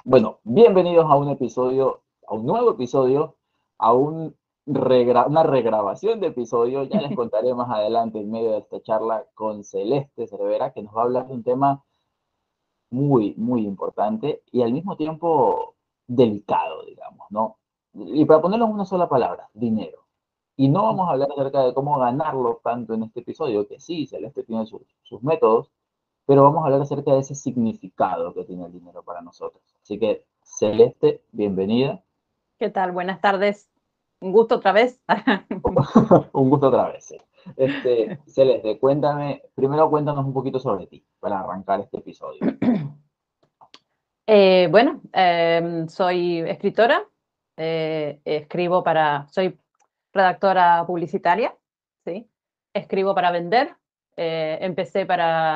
Bueno, bienvenidos a un episodio, a un nuevo episodio, a una regrabación de episodio. Ya les contaré más adelante en medio de esta charla con Celeste Cervera, que nos va a hablar de un tema muy, muy importante y al mismo tiempo delicado, digamos, ¿no? Y para ponerlo en una sola palabra, dinero. Y no vamos a hablar acerca de cómo ganarlo tanto en este episodio, que sí, Celeste tiene sus métodos, pero vamos a hablar acerca de ese significado que tiene el dinero para nosotros. Así que, Celeste, bienvenida. ¿Qué tal? Buenas tardes. Un gusto otra vez. Un gusto otra vez. Sí. Celeste, primero cuéntanos un poquito sobre ti, para arrancar este episodio. Soy escritora, soy redactora publicitaria, ¿sí? Escribo para vender. Empecé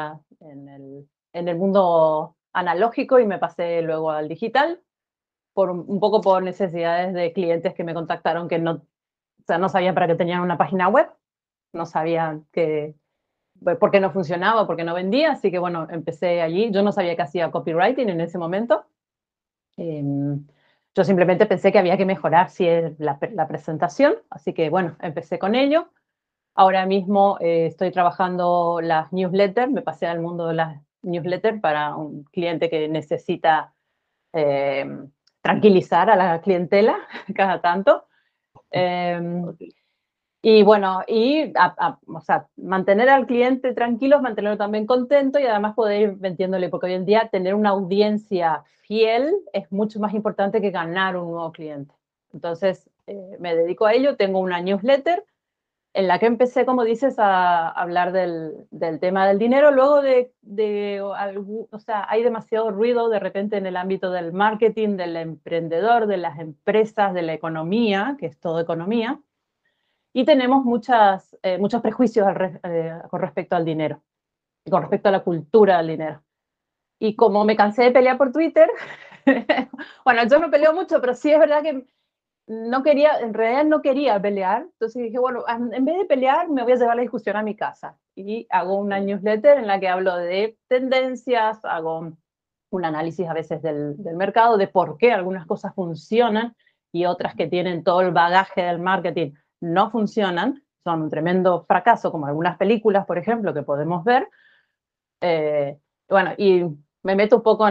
en el mundo analógico y me pasé luego al digital, un poco por necesidades de clientes que me contactaron que no, o sea, no sabían para qué tenían una página web, no sabían por qué no funcionaba, por qué no vendía, así que bueno, empecé allí. Yo no sabía que hacía copywriting en ese momento. Eh, yo simplemente pensé que había que mejorar la presentación, así que bueno, empecé con ello. Ahora mismo estoy trabajando las newsletters, me pasé al mundo de las newsletters para un cliente que necesita eh, tranquilizar a la clientela cada tanto. Eh, Okay. y bueno, o sea, mantener al cliente tranquilo, mantenerlo también contento y además poder ir vendiéndole, porque hoy en día tener una audiencia fiel es mucho más importante que ganar un nuevo cliente. Entonces, me dedico a ello, tengo una newsletter en la que empecé, como dices, a hablar del tema del dinero. Luego o sea, hay demasiado ruido de repente en el ámbito del marketing, del emprendedor, de las empresas, de la economía, que es todo economía, y tenemos muchos prejuicios con respecto al dinero y con respecto a la cultura del dinero. Y como me cansé de pelear por Twitter, bueno, yo no peleo mucho, pero sí es verdad que no quería, en realidad no quería pelear. Entonces dije, bueno, en vez de pelear, me voy a llevar la discusión a mi casa. Y hago una newsletter en la que hablo de tendencias, hago un análisis a veces del mercado, de por qué algunas cosas funcionan y otras que tienen todo el bagaje del marketing no funcionan, son un tremendo fracaso, como algunas películas, por ejemplo, que podemos ver. Eh, bueno, y me meto un poco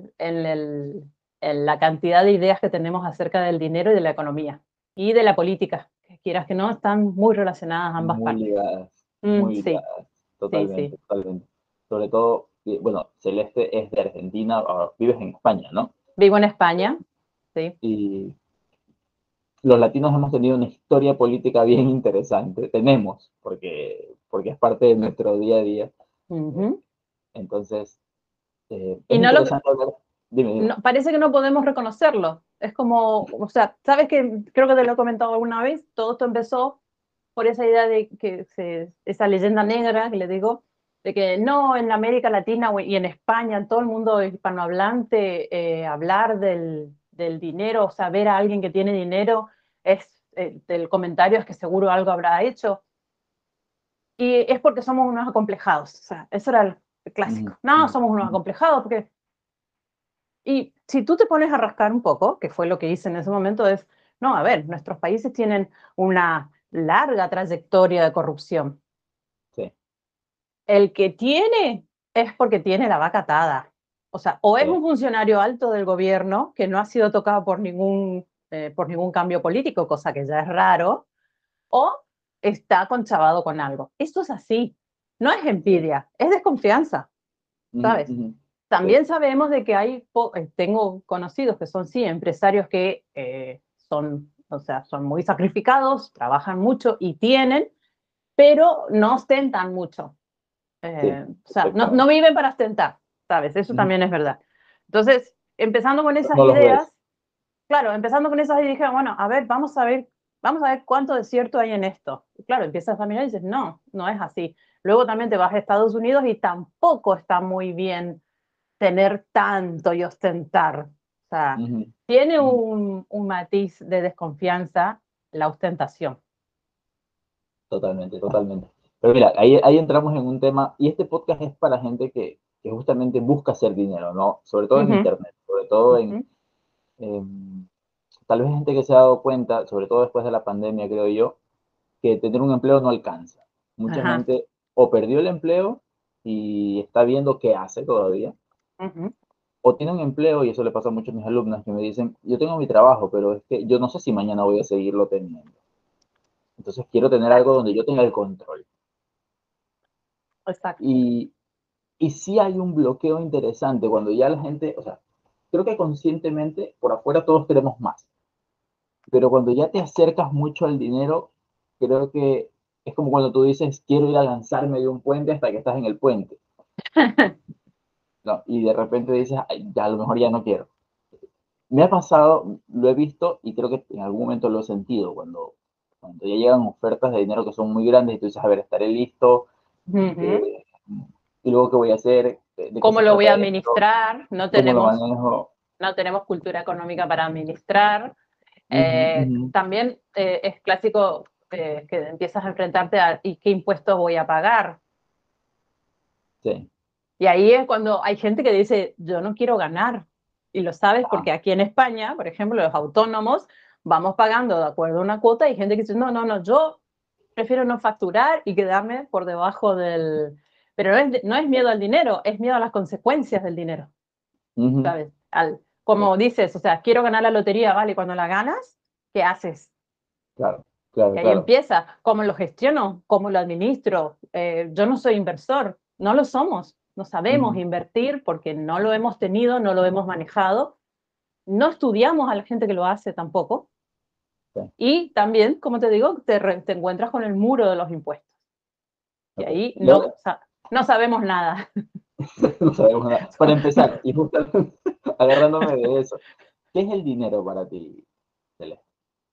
en la cantidad de ideas que tenemos acerca del dinero y de la economía y de la política, que quieras que no, están muy relacionadas ambas Muy partes. ligadas, muy Sí, ligadas, sí, totalmente, sí. totalmente. Sobre todo, bueno, Celeste es de Argentina, vives en España, ¿no? Vivo en España, sí. Y los latinos hemos tenido una historia política bien interesante. Tenemos, porque es parte de nuestro día a día. Ujú. Entonces, Y es no lo, interesante hablar. Dime, dime. no, parece que no podemos reconocerlo. Es como, o sea, sabes que creo que te lo he comentado alguna vez, todo esto empezó por esa idea de esa leyenda negra que le digo, de que no, en América Latina y en España, en todo el mundo hispanohablante, hablar del dinero, o sea, ver a alguien que tiene dinero, el comentario es que seguro algo habrá hecho. Y es porque somos unos acomplejados, o sea, eso era el Ujú, clásico. No, ujú, somos unos ujú. acomplejados porque... Y si tú te pones a rascar un poco, que fue lo que hice en ese momento, es, no, a ver, nuestros países tienen una larga trayectoria de corrupción. Sí, El que tiene es porque tiene la vaca atada. O sea, o es sí. un funcionario alto del gobierno que no ha sido tocado por ningún cambio político, cosa que ya es raro, o está conchavado con algo. Esto es así. No es Sí. envidia, es desconfianza, Ujú, ¿sabes? ujú. Sí, También sabemos de que tengo conocidos que son, sí, empresarios que o sea, son muy sacrificados, trabajan mucho y tienen, pero no ostentan mucho. sí, O sea, no exactamente. viven para ostentar, ¿sabes? Eso Ujú. también es verdad. Entonces, empezando con esas No los ves. ideas, claro, empezando con esas ideas, dije, bueno, a ver, vamos a ver cuánto de cierto hay en esto. Y claro, empiezas a mirar y dices, no, no es así. Luego también te vas a Estados Unidos y tampoco está muy bien tener tanto y ostentar. O sea, Ujú, tiene ujú. un matiz de desconfianza la ostentación. Totalmente, totalmente. Pero mira, ahí entramos en un tema, y este podcast es para gente que justamente busca hacer dinero, ¿no? Sobre todo en Ujú, Internet, sobre todo Ujú. tal vez gente que se ha dado cuenta, sobre todo después de la pandemia, creo yo, que tener un empleo no alcanza. Mucha Ajá. gente o perdió el empleo y está viendo qué hace todavía, Ujú. o tiene un empleo, y eso le pasa a muchos de mis alumnas que me dicen, yo tengo mi trabajo, pero es que yo no sé si mañana voy a seguirlo teniendo. Entonces quiero tener algo Exacto, donde yo tenga el control. exacto. Y, y sí hay un bloqueo interesante cuando ya la gente, o sea, creo que conscientemente por afuera todos queremos más, pero cuando ya te acercas mucho al dinero, creo que es como cuando tú dices, quiero ir a lanzarme de un puente hasta que estás en el puente, ¿no? Y de repente dices, "Ay, ya a lo mejor ya no quiero". Me ha pasado, lo he visto y creo que en algún momento lo he sentido cuando ya llegan ofertas de dinero que son muy grandes y tú dices, a ver, estaré listo, Ujú. y luego qué voy a hacer, de qué ¿Cómo se lo voy trata a esto, administrar? cómo lo manejo. No tenemos cultura económica para administrar. Ujú, ujú. También es clásico que empiezas a enfrentarte a ¿y qué impuestos voy a pagar? Sí, Y ahí es cuando hay gente que dice, yo no quiero ganar. Y lo sabes ajá, porque aquí en España, por ejemplo, los autónomos vamos pagando de acuerdo a una cuota y hay gente que dice, no, no, no, yo prefiero no facturar y quedarme por debajo del... Pero no es miedo al dinero, es miedo a las consecuencias del dinero, ujú, ¿sabes? Como dices, o sea, quiero ganar la lotería, ¿vale? Y cuando la ganas, ¿qué haces? claro, claro, Y ahí claro. empieza, ¿cómo lo gestiono? ¿Cómo lo administro? Yo no soy inversor, no lo somos, no sabemos Ujú, invertir porque no lo hemos tenido, no lo hemos manejado, no estudiamos a la gente que lo hace tampoco. sí, Y también, como te digo, te encuentras con el muro de los impuestos. Y ok. ahí Y ahora, no sabemos nada. no sabemos nada. Para empezar, y justamente agarrándome de eso, ¿qué es el dinero para ti, Celeste?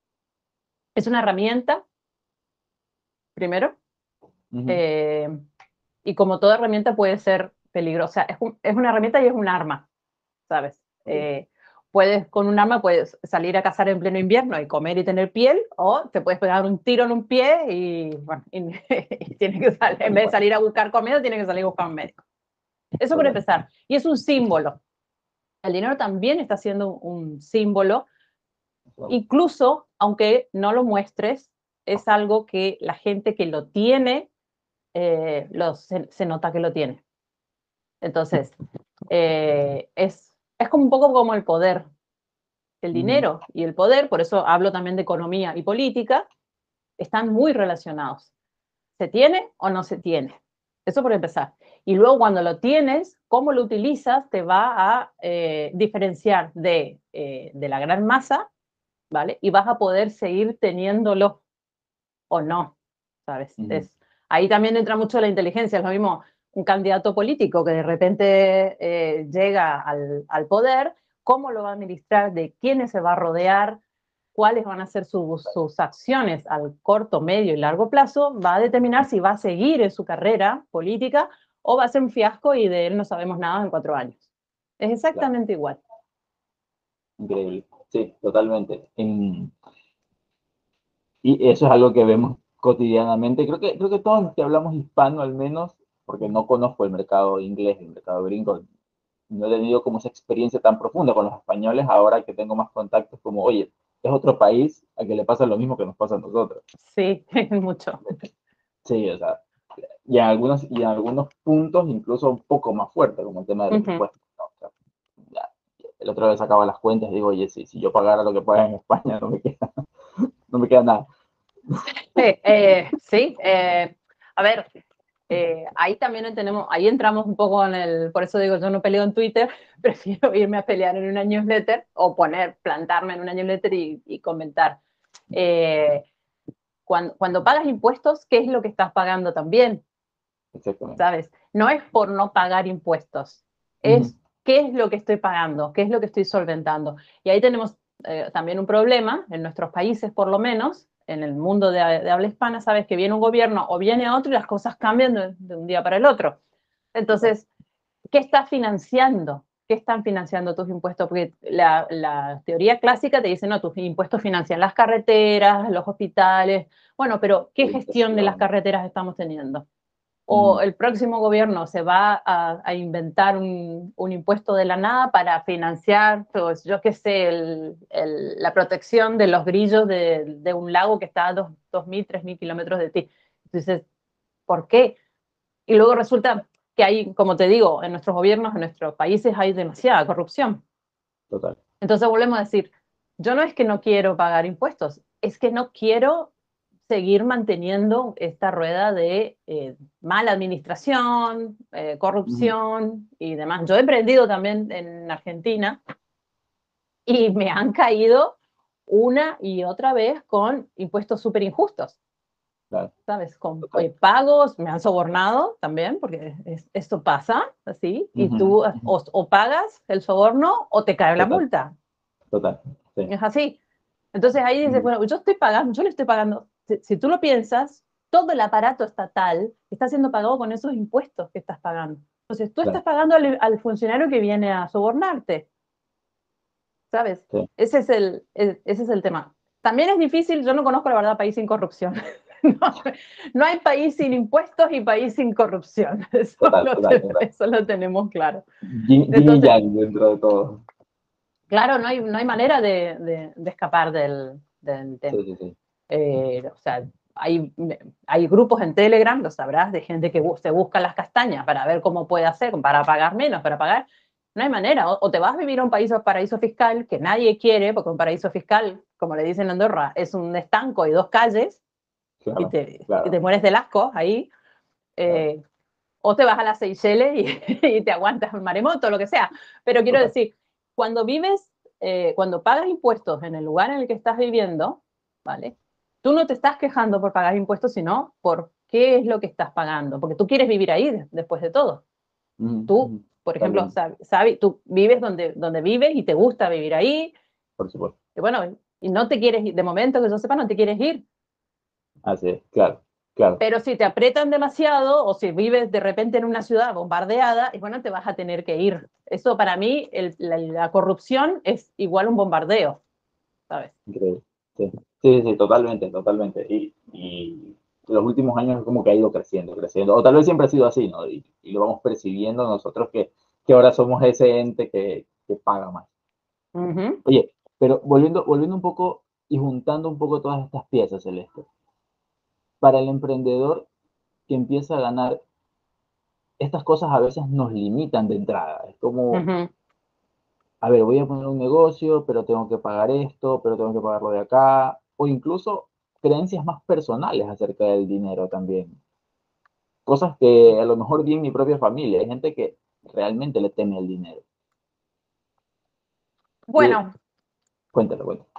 Es una herramienta, primero, Ujú, eh, y como toda herramienta puede ser peligrosa. Es una herramienta y es un arma, ¿sabes? ok, Puedes, con un arma puedes salir a cazar en pleno invierno y comer y tener piel, o te puedes pegar un tiro en un pie y, bueno, y tienes que salir, en tal vez de cual, salir a buscar comida, tienes que salir a buscar un médico. Eso por correcto. empezar. Y es un símbolo. El dinero también está siendo un símbolo, Wow. incluso aunque no lo muestres, es algo que la gente que lo tiene, se nota que lo tiene. Entonces, es como un poco como el poder. El Ujú, dinero y el poder, por eso hablo también de economía y política, están muy relacionados. ¿Se tiene o no se tiene? Eso por empezar. Y luego cuando lo tienes, cómo lo utilizas te va a diferenciar de la gran masa, ¿vale? Y vas a poder seguir teniéndolo o no, ¿sabes? ujú, Ahí también entra mucho la inteligencia. Es lo mismo un candidato político que de repente llega al poder, cómo lo va a administrar, de quiénes se va a rodear, cuáles van a ser sus acciones al corto, medio y largo plazo, va a determinar si va a seguir en su carrera política o va a ser un fiasco y de él no sabemos nada en 4 años. Es claro, exactamente igual. increíble. Sí, totalmente. Y eso es algo que vemos cotidianamente. Creo que todos los que hablamos hispano, al menos, porque no conozco el mercado inglés, el mercado gringo, no he tenido como esa experiencia tan profunda con los españoles, ahora que tengo más contactos, como, oye, es otro país al que le pasa lo mismo que nos pasa a nosotros. Sí, mucho. Sí, o sea, y en algunos puntos incluso un poco más fuerte, como el tema de Uh los -huh. impuestos, ¿no? O sea, ya, el otro vez sacaba las cuentas y digo, oye, si yo pagara lo que pagan en España, no me queda nada. Sí, a ver, ahí también tenemos, ahí entramos un poco en por eso digo, yo no peleo en Twitter, prefiero irme a pelear en una newsletter o plantarme en una newsletter y comentar. Eh, cuando pagas impuestos, ¿qué es lo que estás pagando también? Exactamente. ¿Sabes? No es por no pagar impuestos, Ujú, es qué es lo que estoy pagando, qué es lo que estoy solventando. Y ahí tenemos también un problema, en nuestros países por lo menos, en el mundo de habla hispana, sabes que viene un gobierno o viene otro y las cosas cambian de un día para el otro. total. Entonces, ¿qué estás financiando? ¿Qué están financiando tus impuestos? Porque la teoría clásica te dice, no, tus impuestos financian las carreteras, los hospitales. Bueno, pero ¿qué gestión de las Educación, carreteras estamos teniendo? o el próximo gobierno se va a inventar un impuesto de la nada para financiar, pues, yo qué sé, la protección de los grillos de un lago que está a 2.000, 3.000 kilómetros de ti. Entonces, ¿por qué? Y luego resulta que hay, como te digo, en nuestros gobiernos, en nuestros países hay demasiada corrupción. Total. Entonces volvemos a decir, yo no es que no quiero pagar impuestos, es que no quiero seguir manteniendo esta rueda de mala administración, corrupción y demás. Yo he emprendido también en Argentina y me han caído una y otra vez con impuestos súper injustos. Claro. ¿Sabes? Con Total. pagos, me han sobornado también, porque esto pasa así, y tú o pagas el soborno o te cae la Total. multa. Total. Sí. Es así. Entonces ahí dices, bueno, yo estoy pagando, yo le estoy pagando. Si tú lo piensas, todo el aparato estatal está siendo pagado con esos impuestos que estás pagando. Entonces tú estás Claro. pagando al funcionario que viene a sobornarte, ¿sabes? Sí. Ese es el tema. También es difícil, yo no conozco la verdad país sin corrupción. No, no hay país sin impuestos y país sin corrupción. Total, total, total. Eso lo tenemos claro. Yin y Entonces, yang dentro de todo. claro, no hay manera de escapar del tema. Sí, sí, sí. O sea, hay grupos en Telegram, lo sabrás, de gente que se busca las castañas para ver cómo puede hacer, para pagar menos, para pagar. No hay manera. O te vas a vivir a un paraíso fiscal que nadie quiere, porque un paraíso fiscal, como le dicen en Andorra, es un estanco y dos calles, y Claro, te claro, mueres del asco ahí. claro. Eh, o te vas a las Seychelles y te aguantas un maremoto, lo que sea. Pero quiero Total. decir, cuando vives, cuando pagas impuestos en el lugar en el que estás viviendo, ¿vale? Tú no te estás quejando por pagar impuestos, sino por qué es lo que estás pagando, porque tú quieres vivir ahí después de todo. Tú, por ejemplo, Totalmente, tú vives donde vives y te gusta vivir ahí, por supuesto. y bueno, y no te quieres ir, de momento que yo sepa, no te quieres ir. Así es, claro, claro. Pero si te aprietan demasiado o si vives de repente en una ciudad bombardeada, y bueno, te vas a tener que ir. Eso para mí, la corrupción es igual a un bombardeo, ¿sabes? Increíble. Sí, sí, sí, totalmente, totalmente. Y los últimos años es como que ha ido creciendo, creciendo. O tal vez siempre ha sido así, ¿no? Y lo vamos percibiendo nosotros que ahora somos ese ente que paga más. Ujú. Oye, pero volviendo un poco y juntando un poco todas estas piezas, Celeste, para el emprendedor que empieza a ganar, estas cosas a veces nos limitan de entrada. Es como, Ujú. a ver, voy a poner un negocio, pero tengo que pagar esto, pero tengo que pagarlo de acá, o incluso creencias más personales acerca del dinero también. Cosas que a lo mejor vi en mi propia familia. Hay gente que realmente le teme el dinero. Que, Bueno, cuéntalo, cuéntalo.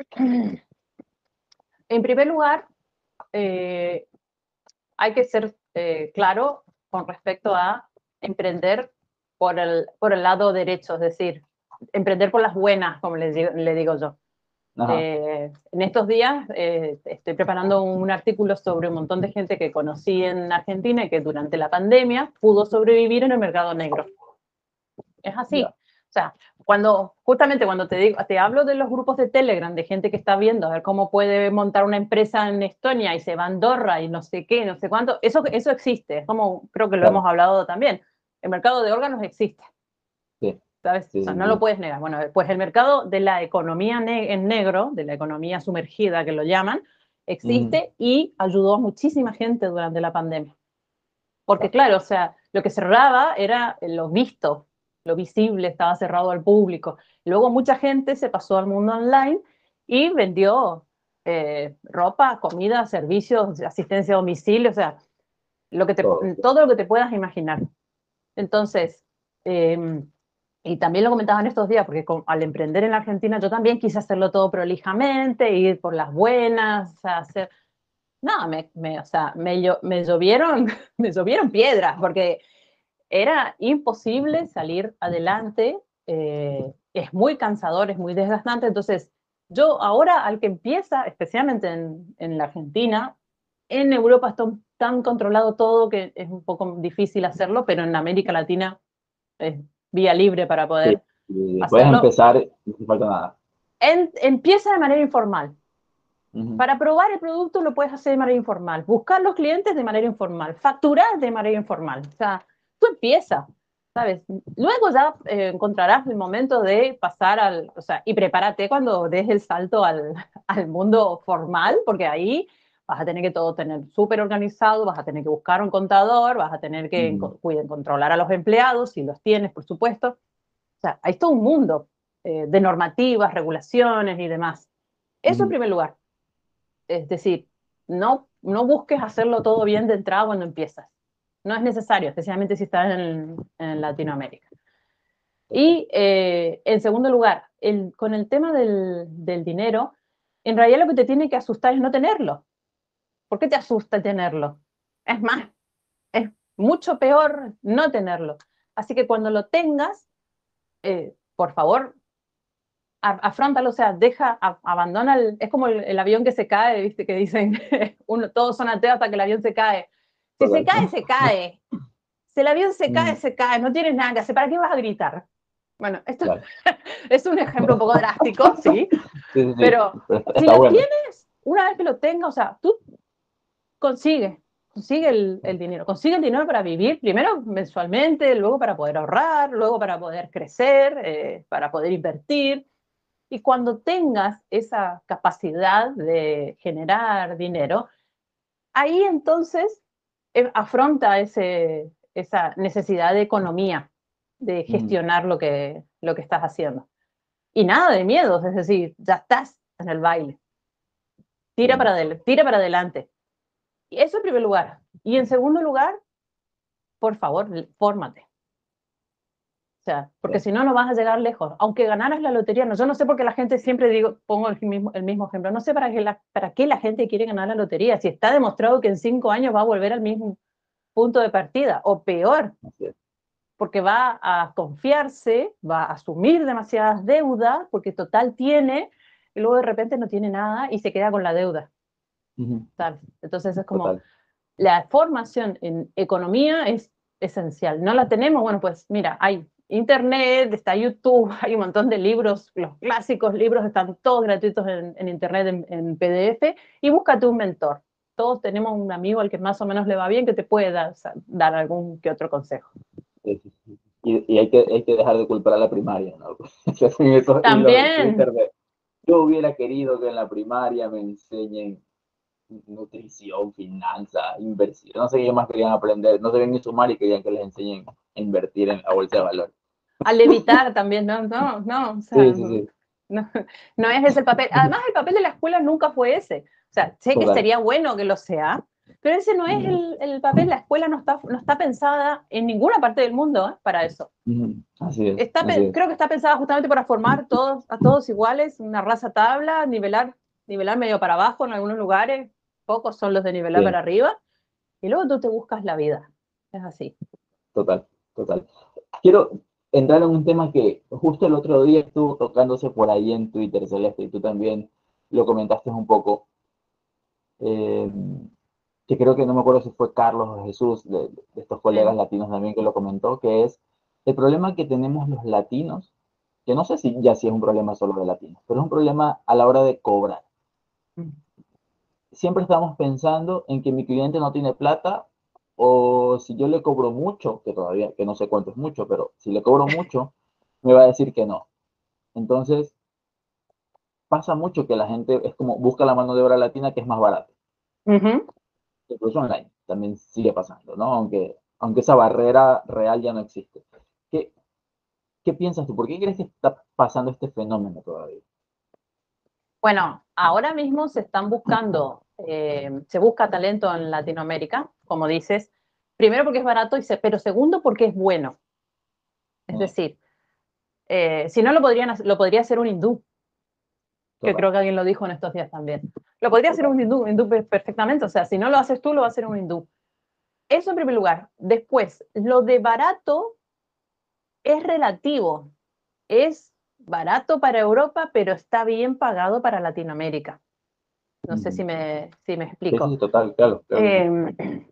en primer lugar, eh, hay que ser claro con respecto a emprender por el lado derecho, es decir, emprender por las buenas, como le digo yo. Ajá, En estos días estoy preparando un artículo sobre un montón de gente que conocí en Argentina y que durante la pandemia pudo sobrevivir en el mercado negro. Es así. ya. O sea, justamente cuando te hablo de los grupos de Telegram, de gente que está viendo a ver cómo puede montar una empresa en Estonia y se va a Andorra y no sé qué, no sé cuánto, eso existe. Es como creo que lo hemos Claro, hablado también. El mercado de órganos existe. sí, ¿Sabes? O sí, sea, sí, no lo sí. puedes negar. Bueno, pues el mercado de la economía en negro, de la economía sumergida que lo llaman, Ujú, existe y ayudó a muchísima gente durante la pandemia. Porque claro, claro, o sea, lo que cerraba era lo visto, lo visible, estaba cerrado al público. Luego mucha gente se pasó al mundo online y vendió ropa, comida, servicios, asistencia a domicilio, o sea, todo. todo lo que te puedas imaginar. Entonces, y también lo comentaba en estos días, porque al emprender en la Argentina yo también quise hacerlo todo prolijamente, ir por las buenas, o sea, hacer... No, o sea, me llovieron, me llovieron piedras, porque era imposible salir adelante, es muy cansador, es muy desgastante, entonces yo ahora al que empieza, especialmente en la Argentina, en Europa está tan controlado todo que es un poco difícil hacerlo, pero en América Latina es vía libre para Sí, poder y puedes hacerlo. empezar y no te falta nada. Empieza de manera informal, Para probar el producto lo puedes hacer de manera informal, buscar los clientes de manera informal, facturar de manera informal. O sea, tú empiezas, ¿sabes? Luego ya encontrarás el momento de pasar o sea, y prepárate cuando des el salto al mundo formal, porque ahí vas a tener que todo tener súper organizado, vas a tener que buscar un contador, vas a tener que controlar a los empleados, si los tienes, por supuesto. O sea, hay todo un mundo de normativas, regulaciones y demás. Eso en primer lugar. Es decir, no busques hacerlo todo bien de entrada cuando empiezas. No es necesario, especialmente si estás en Latinoamérica. Y en segundo lugar, con el tema del dinero, en realidad lo que te tiene que asustar es no tenerlo. ¿Por qué te asusta tenerlo? Es más, es mucho peor no tenerlo. Así que cuando lo tengas, por favor, afrontalo, o sea, abandona, es como el avión que se cae, ¿viste? Que dicen, todos son ateos hasta que el avión se cae. Si se cae, se cae. Si el avión se cae, no tienes nada que hacer, ¿para qué vas a gritar? Bueno, esto Claro. es un ejemplo un poco drástico, ¿sí? Sí, Pero está si lo bueno. tienes, una vez que lo tengas, o sea, tú consigue el dinero, consigue el dinero para vivir, primero mensualmente, luego para poder ahorrar, luego para poder crecer, para poder invertir. Y cuando tengas esa capacidad de generar dinero, ahí entonces afronta esa necesidad de economía, de gestionar lo que estás haciendo. Y nada de miedos, es decir, ya estás en el baile. Tira para adelante. Y eso en primer lugar. Y en segundo lugar, por favor, fórmate. O sea, porque si no, no vas a llegar lejos. Aunque ganaras la lotería, no, yo no sé por qué la gente siempre pongo el mismo ejemplo, no sé para qué la gente quiere ganar la lotería, si está demostrado que en 5 años va a volver al mismo punto de partida, o peor, porque va a confiarse, va a asumir demasiadas deudas, porque total tiene, y luego de repente no tiene nada y se queda con la deuda. ¿Sabes? Entonces es como, Total. la formación en economía es esencial. ¿No la tenemos? Bueno, pues mira, hay Internet, está YouTube, hay un montón de libros, los clásicos libros están todos gratuitos en Internet, en PDF, y búscate un mentor. Todos tenemos un amigo al que más o menos le va bien que te puede dar algún que otro consejo. Y hay que dejar de culpar a la primaria, ¿no? Esos hilos en También, Twitter de yo hubiera querido que en la primaria me enseñen nutrición, finanzas, inversión. No sé qué más querían aprender. No sabían ni sumar y querían que les enseñen a invertir en la bolsa de valores. al evitar también, no, o sea, Sí, sí, sí. no, no es ese el papel. Además, el papel de la escuela nunca fue ese. O sea, sé que Total. sería bueno que lo sea, pero ese no es el papel. La escuela no está pensada en ninguna parte del mundo para eso. Así es, así es. Creo que está pensada justamente para formar a todos iguales, una raza tabla, nivelar medio para abajo en algunos lugares, pocos son los de nivelar Sí, para arriba, y luego tú te buscas la vida. Es así. total, total. Quiero entrar en un tema que justo el otro día estuvo tocándose por ahí en Twitter, Celeste, y tú también lo comentaste un poco, eh, que creo que no me acuerdo si fue Carlos o Jesús, de estos colegas Sí. latinos también que lo comentó, que es el problema que tenemos los latinos, que no sé si ya sí es un problema solo de latinos, pero es un problema a la hora de cobrar. Siempre estamos pensando en que mi cliente no tiene plata o si yo le cobro mucho, que todavía, que no sé cuánto es mucho, pero si le cobro mucho, me va a decir que no. Entonces, pasa mucho que la gente es como busca la mano de obra latina que es más barata. Ujú. Incluso online también sigue pasando, ¿no? Aunque esa barrera real ya no existe. ¿Qué, qué piensas tú? ¿Por qué crees que está pasando este fenómeno todavía? Bueno, ahora mismo se busca talento en Latinoamérica, como dices, primero porque es barato, pero segundo porque es bueno. Es decir, si no lo podría hacer un hindú, que Total, creo que alguien lo dijo en estos días también. Lo podría hacer total. un hindú perfectamente, o sea, si no lo haces tú, lo va a hacer un hindú. Eso en primer lugar. Después, lo de barato es relativo. Es barato para Europa, pero está bien pagado para Latinoamérica. No sé si me Sí, sí, explico. sí, total, claro, claro que sí. Eh,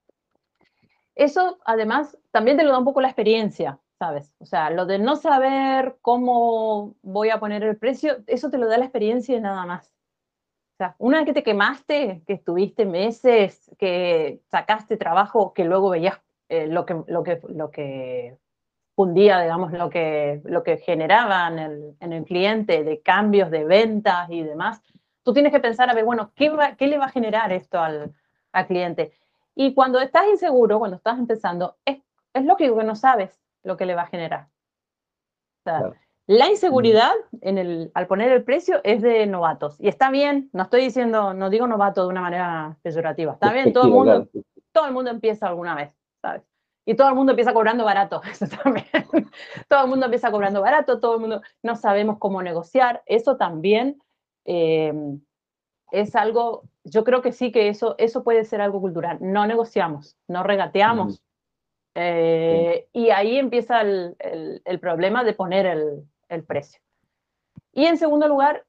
Eso además también te lo da un poco la experiencia, ¿sabes? O sea, lo de no saber cómo voy a poner el precio, eso te lo da la experiencia y nada más. sea, una vez que te quemaste, que estuviste meses, que sacaste trabajo, que luego veías lo que fundía, digamos, lo que generaba en el cliente de cambios de ventas y demás, tú tienes que pensar, a ver, bueno, ¿qué le va a generar esto al cliente? Y cuando estás inseguro, cuando estás empezando, es lógico que no sabes lo que le va a generar. O sea, Claro. la inseguridad al poner el precio es de novatos. Y está bien, no estoy diciendo, no digo novato de una manera peyorativa. Está bien, Despectivo, claro. todo el mundo empieza alguna vez, ¿sabes? Y todo el mundo empieza cobrando barato, eso también. Todo el mundo empieza cobrando barato, todo el mundo no sabemos cómo negociar. Eso también eh, es algo, yo creo que sí que eso puede ser algo cultural. No negociamos, no regateamos. Sí. Y ahí empieza el problema de poner el precio. Y en segundo lugar,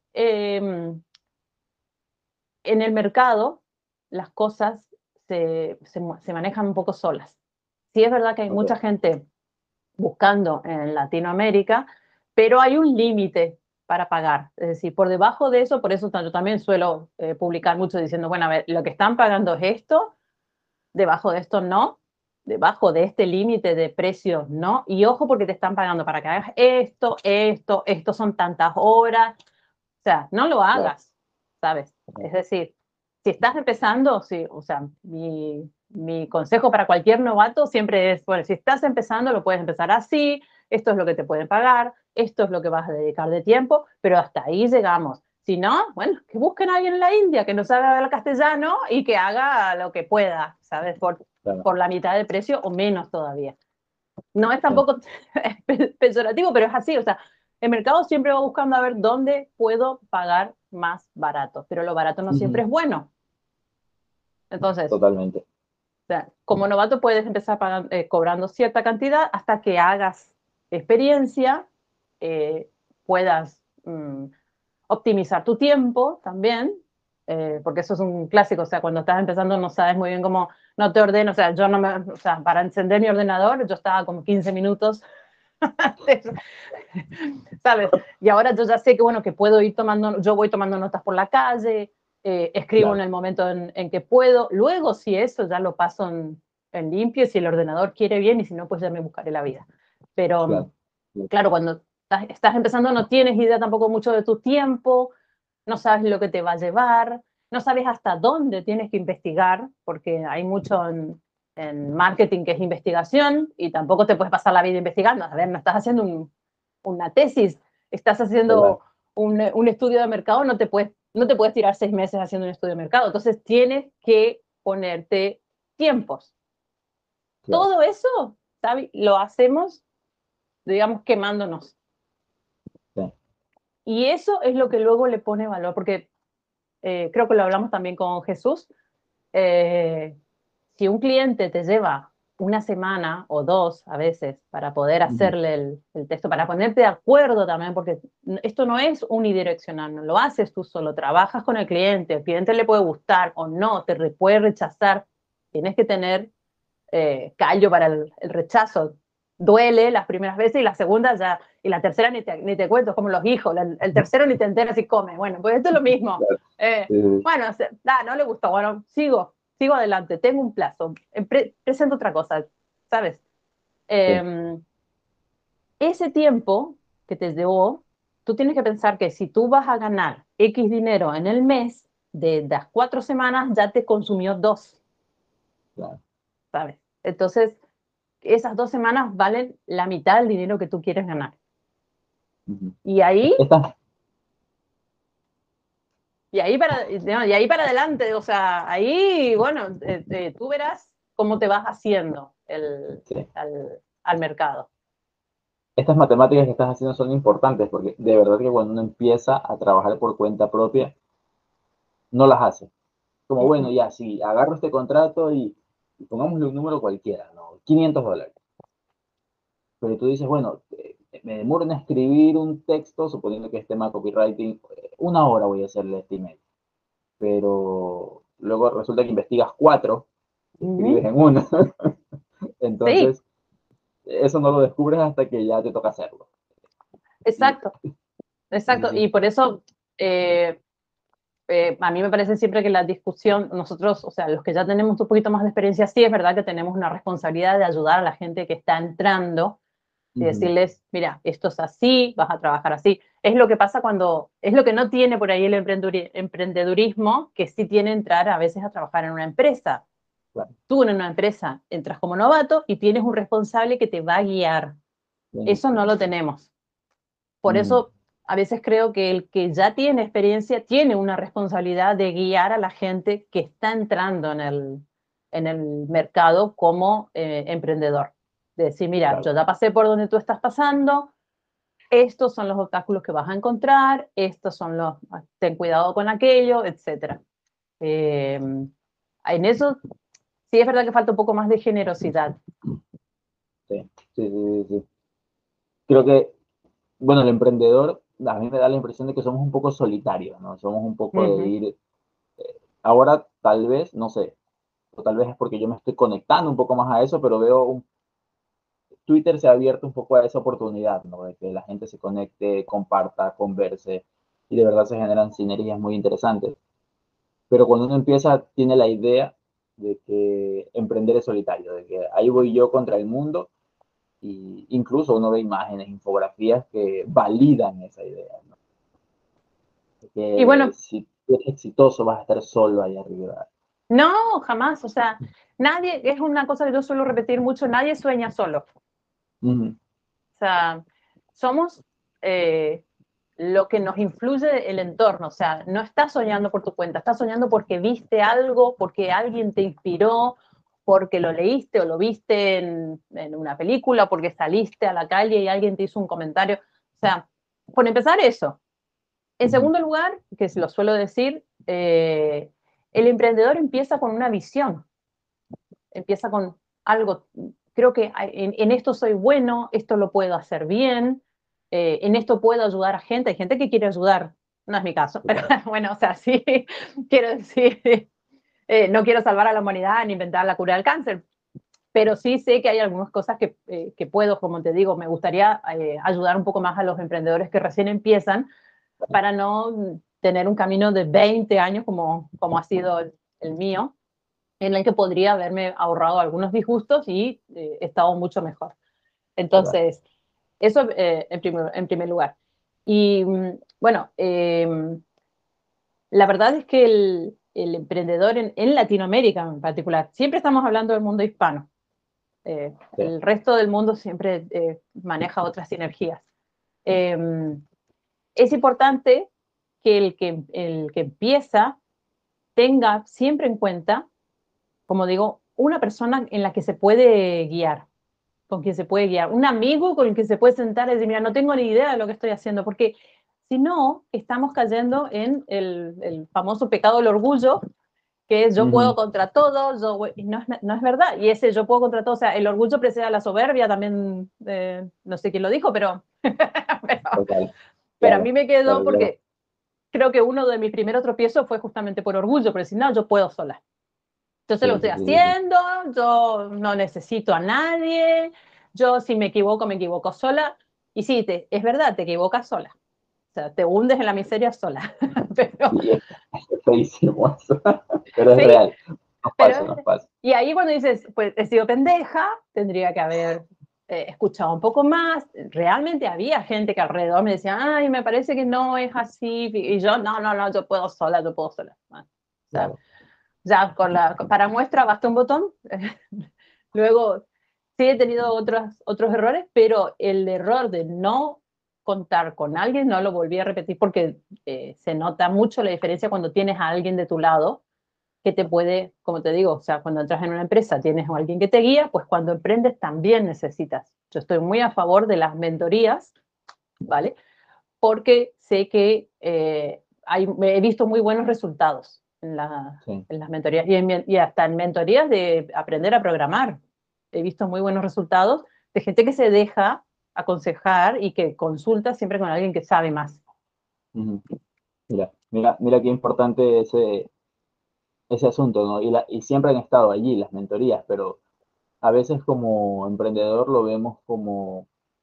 en el mercado las cosas se manejan un poco solas. Sí es verdad que hay mucha Ok. gente buscando en Latinoamérica, pero hay un límite para pagar. Es decir, por debajo de eso, por eso yo también suelo publicar mucho diciendo, bueno, a ver, lo que están pagando es esto, debajo de esto no, debajo de este límite de precios no, y ojo porque te están pagando para que hagas esto son tantas horas, o sea, no lo Claro. hagas, ¿sabes? Es decir, si estás empezando, sí, o sea, mi consejo para cualquier novato siempre es, bueno, si estás empezando, lo puedes empezar así, esto es lo que te pueden pagar, esto es lo que vas a dedicar de tiempo, pero hasta ahí llegamos. Si no, bueno, que busquen a alguien en la India que no sabe hablar castellano y que haga lo que pueda, ¿sabes? Claro. Por la mitad de precio o menos todavía. No es Sí. tampoco peyorativo, pero es así, o sea, el mercado siempre va buscando a ver dónde puedo pagar más barato, pero lo barato no siempre Ujú. es bueno. Entonces, Totalmente. o sea, como novato puedes empezar cobrando cierta cantidad hasta que hagas experiencia, puedas optimizar tu tiempo también, porque eso es un clásico, o sea, cuando estás empezando no sabes muy bien cómo, no te ordeno, o sea, yo no me, o sea, para encender mi ordenador yo estaba como 15 minutos antes, ¿sabes? Y ahora yo ya sé que, bueno, que puedo ir tomando, yo voy tomando notas por la calle, escribo en Claro. el momento en que puedo, luego si eso ya lo paso en limpio, si el ordenador quiere bien y si no, pues ya me buscaré la vida. Pero Claro. Claro. claro, cuando estás empezando no tienes idea tampoco mucho de tu tiempo, no sabes lo que te va a llevar, no sabes hasta dónde tienes que investigar, porque hay mucho en marketing que es investigación y tampoco te puedes pasar la vida investigando. A ver, no estás haciendo una tesis, estás haciendo Total. un estudio de mercado, no te puedes tirar 6 meses haciendo un estudio de mercado. Entonces tienes que ponerte tiempos. Claro. Todo eso, ¿sabes? Lo hacemos, digamos, quemándonos. Sí. Y eso es lo que luego le pone valor, porque creo que lo hablamos también con Jesús. eh, si un cliente te lleva una semana o dos a veces para poder Ujú. hacerle el texto, para ponerte de acuerdo también, porque esto no es unidireccional, no lo haces tú solo, trabajas con el cliente le puede gustar o no, puede rechazar, tienes que tener callo para el rechazo. Duele las primeras veces y la segunda ya, y la tercera ni te cuento, es como los hijos, el tercero ni te enteras y come. Bueno, pues esto es lo mismo. Claro. Eh, Sí, bueno, no le gustó, bueno, sigo adelante, tengo un plazo, presento otra cosa, ¿sabes? sí, Ese tiempo que te llevó, tú tienes que pensar que si tú vas a ganar X dinero en el mes, de las 4 semanas ya te consumió dos, claro. ¿sabes? Entonces, esas 2 semanas valen la mitad del dinero que tú quieres ganar. Ujú. Y ahí, Esta, y ahí para adelante, o sea, ahí, bueno, tú verás cómo te vas haciendo sí. al mercado. Estas matemáticas que estás haciendo son importantes porque de verdad que cuando uno empieza a trabajar por cuenta propia, no las hace. Como, Mm, bueno, mm. ya, si agarro este contrato y pongámosle un número cualquiera, ¿no? $500. Pero tú dices, bueno, me demoro en escribir un texto, suponiendo que es tema copywriting, 1 hora voy a hacerle este email. Pero luego resulta que investigas 4 y escribes Ujú. en uno. Sí, Entonces, eso no lo descubres hasta que ya te toca hacerlo. Y, exacto, y exacto. dices, Y por eso, eh, a mí me parece siempre que la discusión, nosotros, o sea, los que ya tenemos un poquito más de experiencia, sí es verdad que tenemos una responsabilidad de ayudar a la gente que está entrando y decirles, mira, esto es así, vas a trabajar así. Es lo que pasa cuando, es lo que no tiene por ahí el emprendedurismo, que sí tiene entrar a veces a trabajar en una empresa. Claro. Tú en una empresa entras como novato y tienes un responsable que te va a guiar. Bien. Eso no lo tenemos. Por eso a veces creo que el que ya tiene experiencia tiene una responsabilidad de guiar a la gente que está entrando en el mercado como emprendedor. De decir, mira, Claro. yo ya pasé por donde tú estás pasando, estos son los obstáculos que vas a encontrar, estos son los, ten cuidado con aquello, etc. En eso sí es verdad que falta un poco más de generosidad. Sí, sí, sí, sí. Creo que, bueno, el emprendedor, a mí me da la impresión de que somos un poco solitarios, ¿no? Somos un Uh poco de -huh. ir, ahora tal vez, no sé, o tal vez es porque yo me estoy conectando un poco más a eso, pero veo Twitter se ha abierto un poco a esa oportunidad, ¿no? De que la gente se conecte, comparta, converse, y de verdad se generan sinergias muy interesantes. Pero cuando uno empieza, tiene la idea de que emprender es solitario, de que ahí voy yo contra el mundo, y incluso uno ve imágenes, infografías que validan esa idea, ¿no? De Y que bueno, si eres exitoso vas a estar solo ahí arriba. no, jamás, o sea, nadie, es una cosa que yo suelo repetir mucho, nadie sueña solo. Uh-huh. O sea, somos lo que nos influye el entorno, o sea, no estás soñando por tu cuenta, estás soñando porque viste algo, porque alguien te inspiró, porque lo leíste o lo viste en una película, porque saliste a la calle y alguien te hizo un comentario. O sea, por empezar eso. En Uh-huh. segundo lugar, que lo suelo decir, el emprendedor empieza con una visión, empieza con algo, creo que en esto soy bueno, esto lo puedo hacer bien, en esto puedo ayudar a gente, hay gente que quiere ayudar, no es mi caso, pero bueno, o sea, sí, quiero decir, no quiero salvar a la humanidad ni inventar la cura del cáncer, pero sí sé que hay algunas cosas que puedo, como te digo, me gustaría ayudar un poco más a los emprendedores que recién empiezan para no tener un camino de 20 años como ha sido el mío, en el que podría haberme ahorrado algunos disgustos y estado mucho mejor. ¿Verdad? Entonces, eso en primer lugar. Y bueno, la verdad es que el emprendedor en Latinoamérica en particular, siempre estamos hablando del mundo hispano. Sí. El resto del mundo siempre maneja otras energías. Eh, es importante que el que empieza tenga siempre en cuenta, como digo, una persona en la que se puede guiar, con quien se puede guiar, un amigo con el que se puede sentar y decir, mira, no tengo ni idea de lo que estoy haciendo, porque si no, estamos cayendo en el famoso pecado del orgullo, que es yo puedo Uh-huh. contra todo, y no es verdad, y ese yo puedo contra todo, o sea, el orgullo precede a la soberbia, también, no sé quién lo dijo, pero, Total. pero a mí Claro, me quedó claro, claro. porque creo que uno de mis primeros tropiezos fue justamente por orgullo, por decir, no, yo puedo sola. Yo se lo Sí, estoy sí, sí, sí, sí. haciendo, yo no necesito a nadie, yo si me equivoco sola. Y sí, es verdad, te equivocas sola. O sea, te hundes en la miseria sola. Pero Y es feísimo eso, pero es sí, real. Nos pero pasa, nos pasa. y ahí cuando dices, pues he sido pendeja, tendría que haber escuchado un poco más. Realmente había gente que alrededor me decía, ay, me parece que no es así. Y yo, no, no, no, yo puedo sola, yo puedo sola. Bueno, o sea, Claro. ya para muestra basta un botón. Luego, sí he tenido otros errores, pero el error de no contar con alguien no lo volví a repetir porque se nota mucho la diferencia cuando tienes a alguien de tu lado que te puede, como te digo, o sea, cuando entras en una empresa tienes a alguien que te guía, pues cuando emprendes también necesitas. Yo estoy muy a favor de las mentorías, ¿vale? Porque sé que he visto muy buenos resultados Sí. en las mentorías y hasta en mentorías de aprender a programar. He visto muy buenos resultados de gente que se deja aconsejar y que consulta siempre con alguien que sabe más. Uh-huh. Mira, mira, mira qué importante ese asunto, ¿no? Y siempre han estado allí las mentorías, pero a veces como emprendedor lo vemos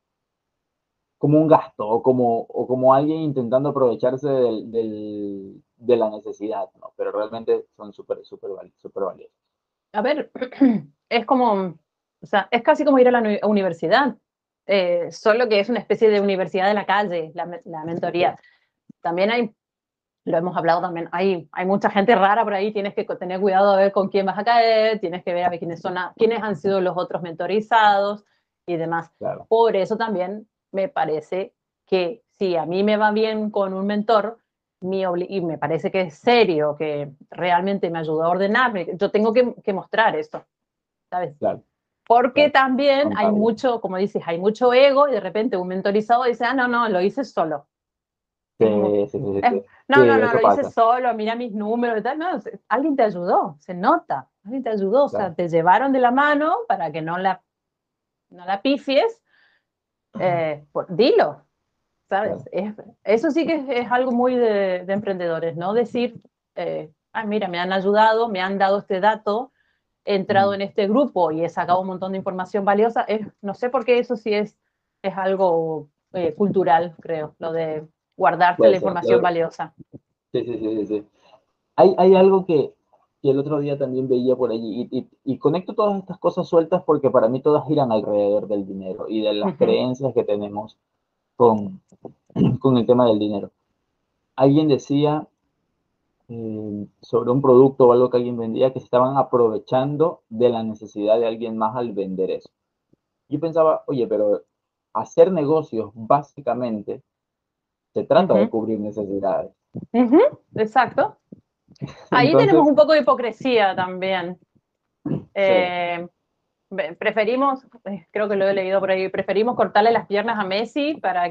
como un gasto o como alguien intentando aprovecharse del de la necesidad, ¿no? Pero realmente son súper valiosos. A ver, es como, o sea, es casi como ir a la universidad, solo que es una especie de universidad de la calle, la mentoría. También hay, lo hemos hablado también, hay mucha gente rara por ahí, tienes que tener cuidado a ver con quién vas a caer, tienes que ver a ver quiénes han sido los otros mentorizados y demás. Claro, Por eso también me parece que si a mí me va bien con un mentor, y me parece que es serio, que realmente me ayudó a ordenarme, yo tengo que mostrar esto, ¿sabes? claro, Porque claro. también hay Contarlo. mucho, como dices, hay mucho ego y de repente un mentorizado dice, ah, no, no, lo hice solo. Sí, Es como, sí, sí, sí. Sí, no, no, no, eso lo hice pasa. solo, mira mis números y tal. No, alguien te ayudó, se nota, alguien te ayudó, o sea, Claro. te llevaron de la mano para que no la pifies, dilo, ¿sabes? Claro. Eso sí que es algo muy de emprendedores, ¿no? Decir, mira, me han ayudado, me han dado este dato, he entrado Ujú. en este grupo y he sacado un montón de información valiosa. No sé por qué eso sí es algo cultural, creo, lo de guardarse Puede la ser. información valiosa. Sí, sí, sí, sí, sí. Hay algo que el otro día también veía por allí y conecto todas estas cosas sueltas porque para mí todas giran alrededor del dinero y de las Ujú, creencias que tenemos con, con el tema del dinero. Alguien decía sobre un producto o algo que alguien vendía que se estaban aprovechando de la necesidad de alguien más al vender eso. Yo pensaba, oye, pero hacer negocios básicamente se trata de ujú, cubrir necesidades. ujú, exacto. Ahí tenemos Entonces, un poco de hipocresía también. sí, Eh, preferimos, creo que lo he leído por ahí, preferimos cortarle las piernas a Messi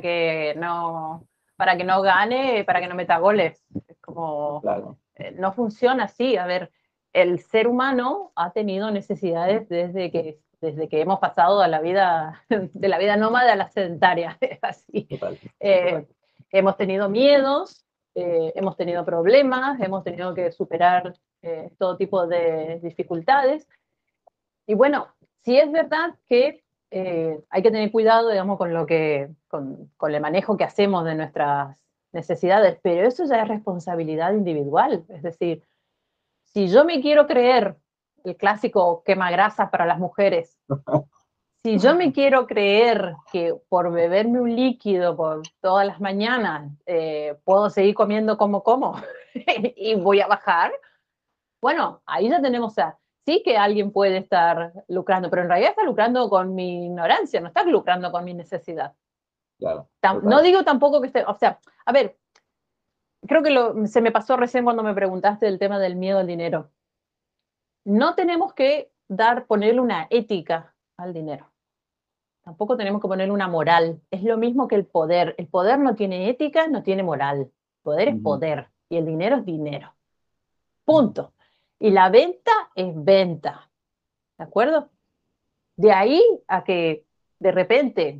para que no gane, para que no meta goles. Es como, claro. no funciona así. A ver, el ser humano ha tenido necesidades desde que hemos pasado a la vida, de la vida nómada a la sedentaria. Es así. Total. Eh, hemos tenido miedos, hemos tenido problemas, hemos tenido que superar todo tipo de dificultades. Y bueno, sí es verdad que hay que tener cuidado, digamos, con el manejo que hacemos de nuestras necesidades, pero eso ya es responsabilidad individual. Es decir, si yo me quiero creer el clásico quemagrasas para las mujeres, si yo me quiero creer que por beberme un líquido por todas las mañanas puedo seguir comiendo como y voy a bajar, bueno, ahí ya tenemos, o sea, sí que alguien puede estar lucrando, pero en realidad está lucrando con mi ignorancia, no está lucrando con mi necesidad. Claro, No total. digo tampoco que esté, o sea, a ver, creo que se me pasó recién cuando me preguntaste del tema del miedo al dinero. No tenemos que ponerle una ética al dinero. Tampoco tenemos que ponerle una moral. Es lo mismo que el poder. El poder no tiene ética, no tiene moral. El poder es Ujú. poder y el dinero es dinero. Punto. Y la venta es venta. ¿De acuerdo? De ahí a que de repente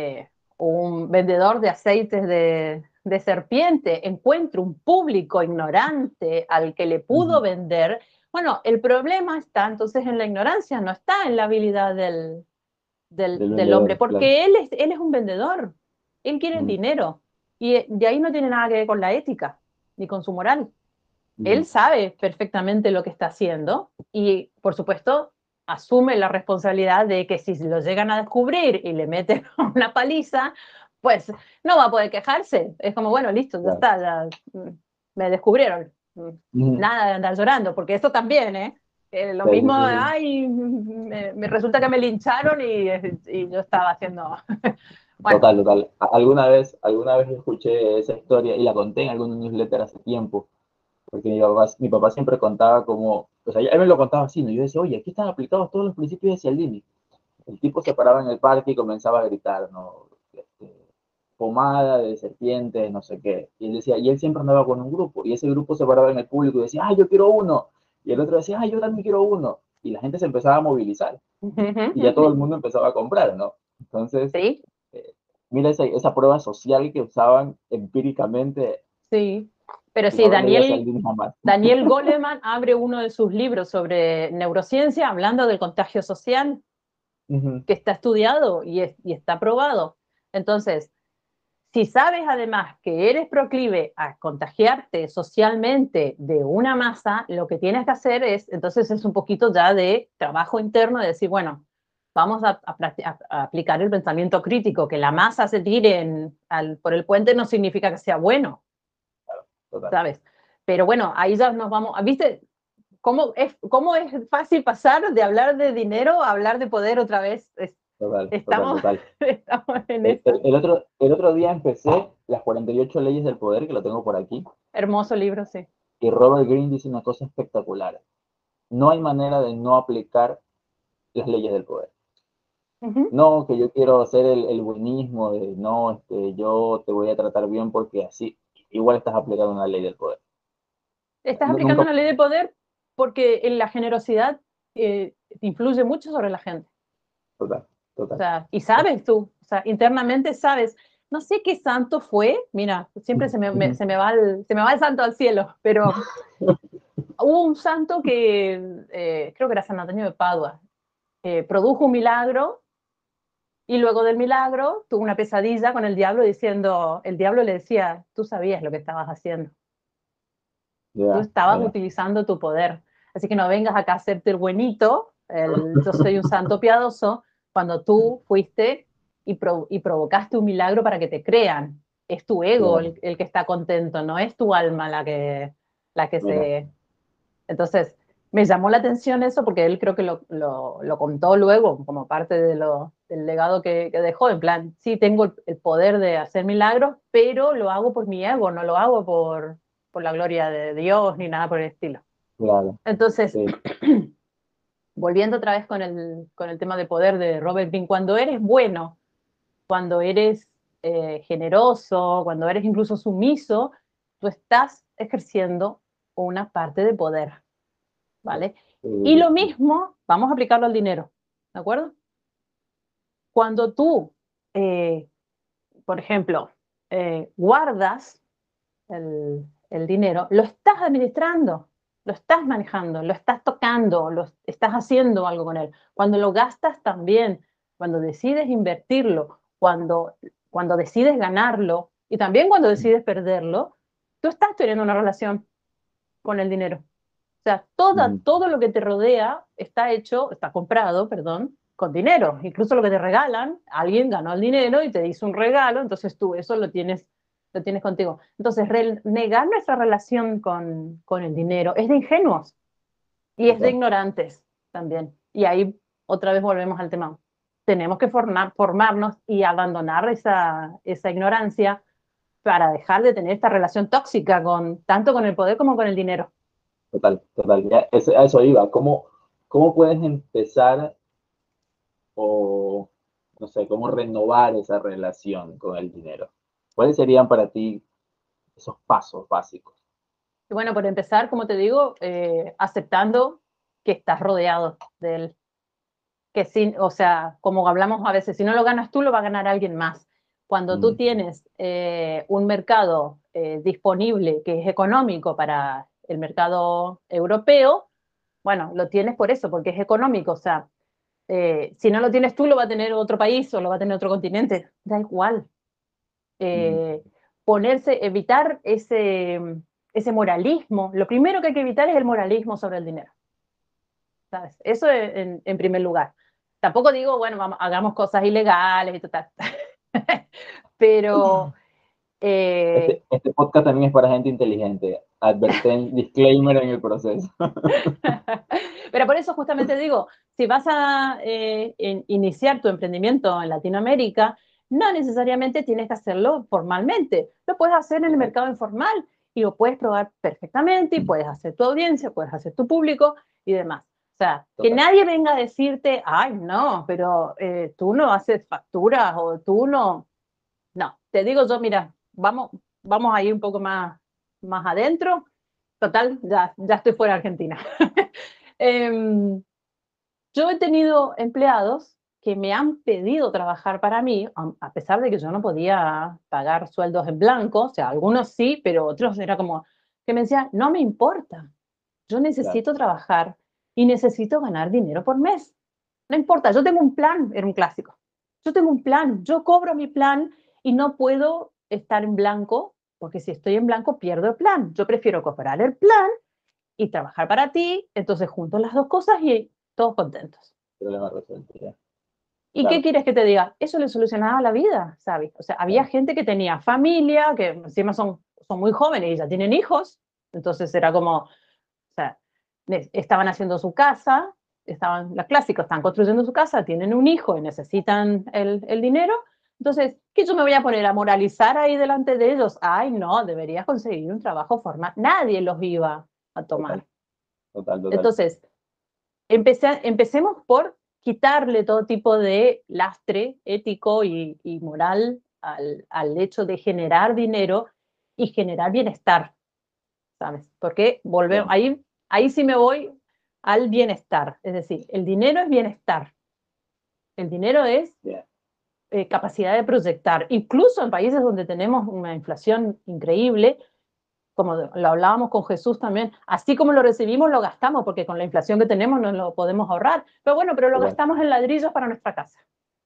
un vendedor de aceites de serpiente encuentre un público ignorante al que le pudo Ujú. vender, bueno, el problema está entonces en la ignorancia, no está en la habilidad Del del hombre, vendedor, claro. porque él es un vendedor, él quiere el Ujú. dinero y de ahí no tiene nada que ver con la ética ni con su moral. Él Ujú. sabe perfectamente lo que está haciendo y, por supuesto, asume la responsabilidad de que si lo llegan a descubrir y le meten una paliza, pues no va a poder quejarse. Es como, bueno, listo, ya Claro. está, ya me descubrieron. Ujú. Nada de andar llorando, porque eso también, ¿eh? Lo Sí, sí, mismo, sí, sí. ay, me resulta que me lincharon y yo estaba haciendo, bueno, Total, total. Alguna vez escuché esa historia y la conté en algún newsletter hace tiempo, porque mi papá siempre contaba como, o sea, él me lo contaba así, ¿no? Yo decía, oye, aquí están aplicados todos los principios de Cialdini. El tipo se paraba en el parque y comenzaba a gritar, ¿no? Pomada de serpientes, no sé qué. Y él decía, y él siempre andaba con un grupo, y ese grupo se paraba en el público y decía, ah, yo quiero uno. Y el otro decía, ah, yo también quiero uno. Y la gente se empezaba a movilizar y ya todo el mundo empezaba a comprar, ¿no? Entonces, sí, eh, mira esa prueba social que usaban empíricamente sí. Pero y sí, no haberle ido a hacer jamás. Daniel Goleman abre uno de sus libros sobre neurociencia hablando del contagio social Uh -huh. que está estudiado y está probado. Entonces, Si sabes además que eres proclive a contagiarte socialmente de una masa, lo que tienes que hacer es, entonces es un poquito ya de trabajo interno de decir, bueno, vamos a aplicar el pensamiento crítico, que la masa se tire por el puente no significa que sea bueno, Total, ¿sabes? Pero bueno, ahí ya nos vamos, ¿viste? Cómo es fácil pasar de hablar de dinero a hablar de poder otra vez? total, total, Estamos, total. estamos en esa. El otro día empecé Las 48 leyes del poder, que lo tengo por aquí, Hermoso libro, sí. y Robert Greene dice una cosa espectacular. No hay manera de no aplicar las leyes del poder. Ujú. No, que yo quiero hacer el buenismo de no, yo te voy a tratar bien porque así, igual estás aplicando una ley del poder. Estás aplicando Nunca, una ley de poder porque en la generosidad influye mucho sobre la gente. total, O total. sea, y sabes tú, o sea, internamente sabes. No sé qué santo fue, mira, siempre se me va el santo al cielo, pero hubo un santo que creo que era San Antonio de Padua, produjo un milagro y luego del milagro tuvo una pesadilla con el diablo diciendo, el diablo le decía, tú sabías lo que estabas haciendo, tú Ya, estabas mira, utilizando tu poder, así que no vengas acá a hacerte el buenito, yo soy un santo piadoso, cuando tú fuiste y provocaste un milagro para que te crean. Es tu ego claro, el que está contento, no es tu alma la que mira, se... Entonces, me llamó la atención eso porque él creo que lo contó luego como parte del legado que dejó, en plan, sí, tengo el poder de hacer milagros, pero lo hago por mi ego, no lo hago por la gloria de Dios ni nada por el estilo. claro, Entonces, sí, volviendo otra vez con el tema de poder de Robert Greene, cuando eres bueno, cuando eres generoso, cuando eres incluso sumiso, tú estás ejerciendo una parte de poder. ¿Vale? Y lo sí, mismo, vamos a aplicarlo al dinero, ¿de acuerdo? Cuando tú, eh, por ejemplo, guardas el dinero, lo estás administrando, lo estás manejando, lo estás tocando, estás haciendo algo con él. Cuando lo gastas también, cuando decides invertirlo, cuando decides ganarlo y también cuando decides perderlo, tú estás teniendo una relación con el dinero. O sea, mm, todo lo que te rodea está comprado, perdón, con dinero. Incluso lo que te regalan, alguien ganó el dinero y te hizo un regalo, entonces tú eso lo tienes contigo. Entonces, negar nuestra relación con el dinero es de ingenuos y es de total, ignorantes también. Y ahí otra vez volvemos al tema. Tenemos que formarnos y abandonar esa ignorancia para dejar de tener esta relación tóxica tanto con el poder como con el dinero. total, total. Ya, a eso iba. ¿Cómo puedes empezar o, no sé, cómo renovar esa relación con el dinero? ¿Cuáles serían para ti esos pasos básicos? Y bueno, por empezar, como te digo, aceptando que estás rodeado de él. Que sí, o sea, como hablamos a veces, si no lo ganas tú, lo va a ganar alguien más. Cuando tú Mm, tienes un mercado disponible que es económico para el mercado europeo, bueno, lo tienes por eso, porque es económico. O sea, si no lo tienes tú, lo va a tener otro país o lo va a tener otro continente. Da igual. mm, eh, evitar ese moralismo. Lo primero que hay que evitar es el moralismo sobre el dinero, ¿sabes? Eso en primer lugar. Tampoco digo, bueno, hagamos cosas ilegales y total. Pero, eh, este podcast también es para gente inteligente. Advertencia, disclaimer en el proceso. pero por eso justamente digo, si vas a iniciar tu emprendimiento en Latinoamérica, no necesariamente tienes que hacerlo formalmente. Lo puedes hacer en el Total, mercado informal y lo puedes probar perfectamente y puedes hacer tu audiencia, puedes hacer tu público y demás. O sea, que total. nadie venga a decirte, ay, no, pero tú no haces facturas o tú no. No, te digo yo, mira, vamos a ir un poco más adentro. Total, ya estoy fuera de Argentina. Em, yo he tenido empleados que me han pedido trabajar para mí, a pesar de que yo no podía pagar sueldos en blanco, o sea, algunos sí, pero otros era como que me decían, no me importa, yo Claro, necesito trabajar y necesito ganar dinero por mes. No importa, yo tengo un plan, era un clásico. Yo tengo un plan, yo cobro mi plan y no puedo estar en blanco, porque si estoy en blanco pierdo el plan. Yo prefiero cooperar el plan y trabajar para ti, entonces junto las dos cosas y todos contentos. Problema resuelto, ya. ¿Y qué Claro, quieres que te diga? Eso le solucionaba la vida, ¿sabes? O sea, había claro. gente que tenía familia, que encima son muy jóvenes y ya tienen hijos, entonces era como, o sea, estaban haciendo su casa, estaban, los clásicos, están construyendo su casa, tienen un hijo y necesitan el dinero, entonces, ¿qué yo me voy a poner a moralizar ahí delante de ellos? Ay, no, deberías conseguir un trabajo formal. Nadie los iba a Total, tomar. total, total. Entonces, empecemos por quitarle todo tipo de lastre ético y moral al hecho de generar dinero y generar bienestar, ¿sabes? Porque volvemos, Bien, ahí sí me voy al bienestar, es decir, el dinero es bienestar, el dinero es bien. capacidad de proyectar, incluso en países donde tenemos una inflación increíble, como lo hablábamos con Jesús también, así como lo recibimos, lo gastamos, porque con la inflación que tenemos no lo podemos ahorrar. Pero bueno, pero lo Total. gastamos en ladrillos para nuestra casa,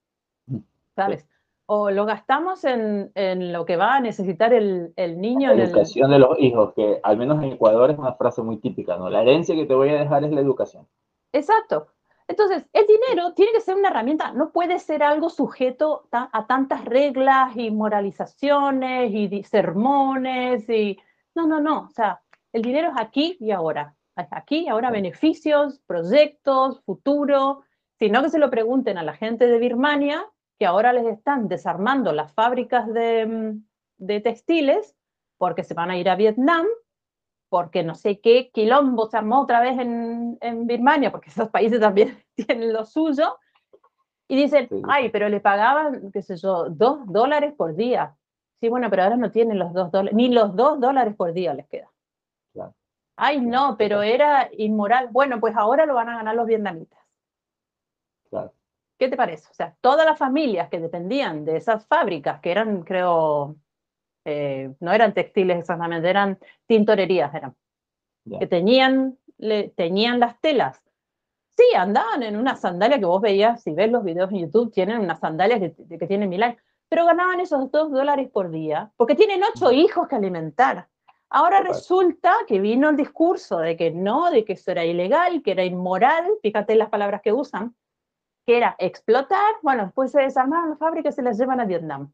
Sí. ¿sabes? O lo gastamos en lo que va a necesitar el niño en el... Educación de los hijos, que al menos en Ecuador es una frase muy típica, ¿no? La herencia que te voy a dejar es la educación. Exacto. Entonces, el dinero tiene que ser una herramienta, no puede ser algo sujeto a tantas reglas y moralizaciones y sermones y... No, no, no. O sea, el dinero es aquí y ahora. Es aquí y ahora Sí, beneficios, proyectos, futuro. Sino que se lo pregunten a la gente de Birmania, que ahora les están desarmando las fábricas de textiles porque se van a ir a Vietnam porque no sé qué quilombo se armó otra vez en Birmania, porque esos países también tienen lo suyo, y dicen, sí, ay, sí, pero le pagaban, qué sé yo, $2 por día. Sí, bueno, pero ahora no tienen los $2, ni los $2 por día les queda. claro, Ay, claro, no, pero total, era inmoral. Bueno, pues ahora lo van a ganar los vietnamitas. claro. ¿Qué te parece? O sea, todas las familias que dependían de esas fábricas, que eran, creo, no eran textiles exactamente, eran tintorerías, eran, que Ya. tenían las telas. Sí, andaban en una sandalia que vos veías, si ves los videos en YouTube, tienen una sandalia que tiene 1000 años, pero ganaban esos $2 por día, porque tienen 8 hijos que alimentar. Ahora Total. resulta que vino el discurso de que no, de que eso era ilegal, que era inmoral, fíjate las palabras que usan, que era explotar, bueno, pues se desarmaron las fábricas y se las llevan a Vietnam.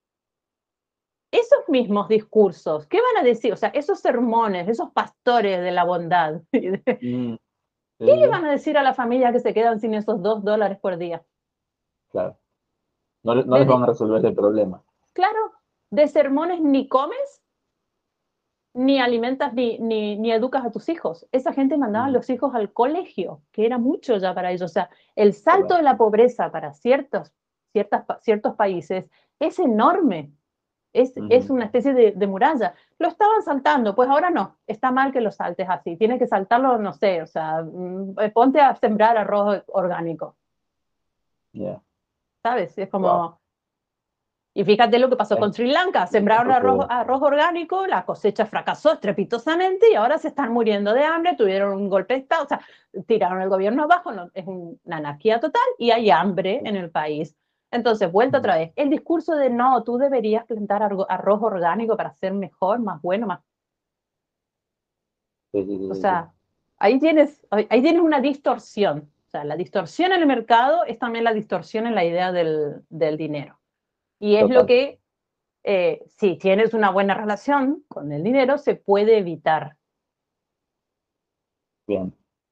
Esos mismos discursos, ¿qué van a decir? O sea, esos sermones, esos pastores de la bondad, ¿qué Mm, sí, le sí, van a decir a la familia que se quedan sin esos $2 por día? claro. No, no les van a De, resolver el problema. claro, de sermones ni comes, ni alimentas, ni educas a tus hijos. Esa gente mandaba a Mm, los hijos al colegio, que era mucho ya para ellos. O sea, el salto total. de la pobreza para ciertos países es enorme. Es Ujú. una especie de muralla. Lo estaban saltando, pues ahora no. Está mal que lo saltes así. Tienes que saltarlo, no sé, o sea, ponte a sembrar arroz orgánico, Ya. ¿sabes? Es Wow. como, y fíjate lo que pasó Es con Sri Lanka. un Sembraron arroz, poco arroz orgánico, la cosecha fracasó estrepitosamente y ahora se están muriendo de hambre, tuvieron un golpe de Estado, o sea, tiraron el gobierno abajo, no, es una anarquía total y hay hambre en el país. Entonces, vuelta de... otra vez, el discurso de no, tú deberías plantar arroz orgánico para ser mejor, más bueno, más... Sí, sí, O sí, sí. sea, ahí tienes una distorsión. O sea, la distorsión en el mercado es también la distorsión en la idea del dinero. Y es lo Total. que si tienes una buena relación con el dinero, se puede evitar. Bien.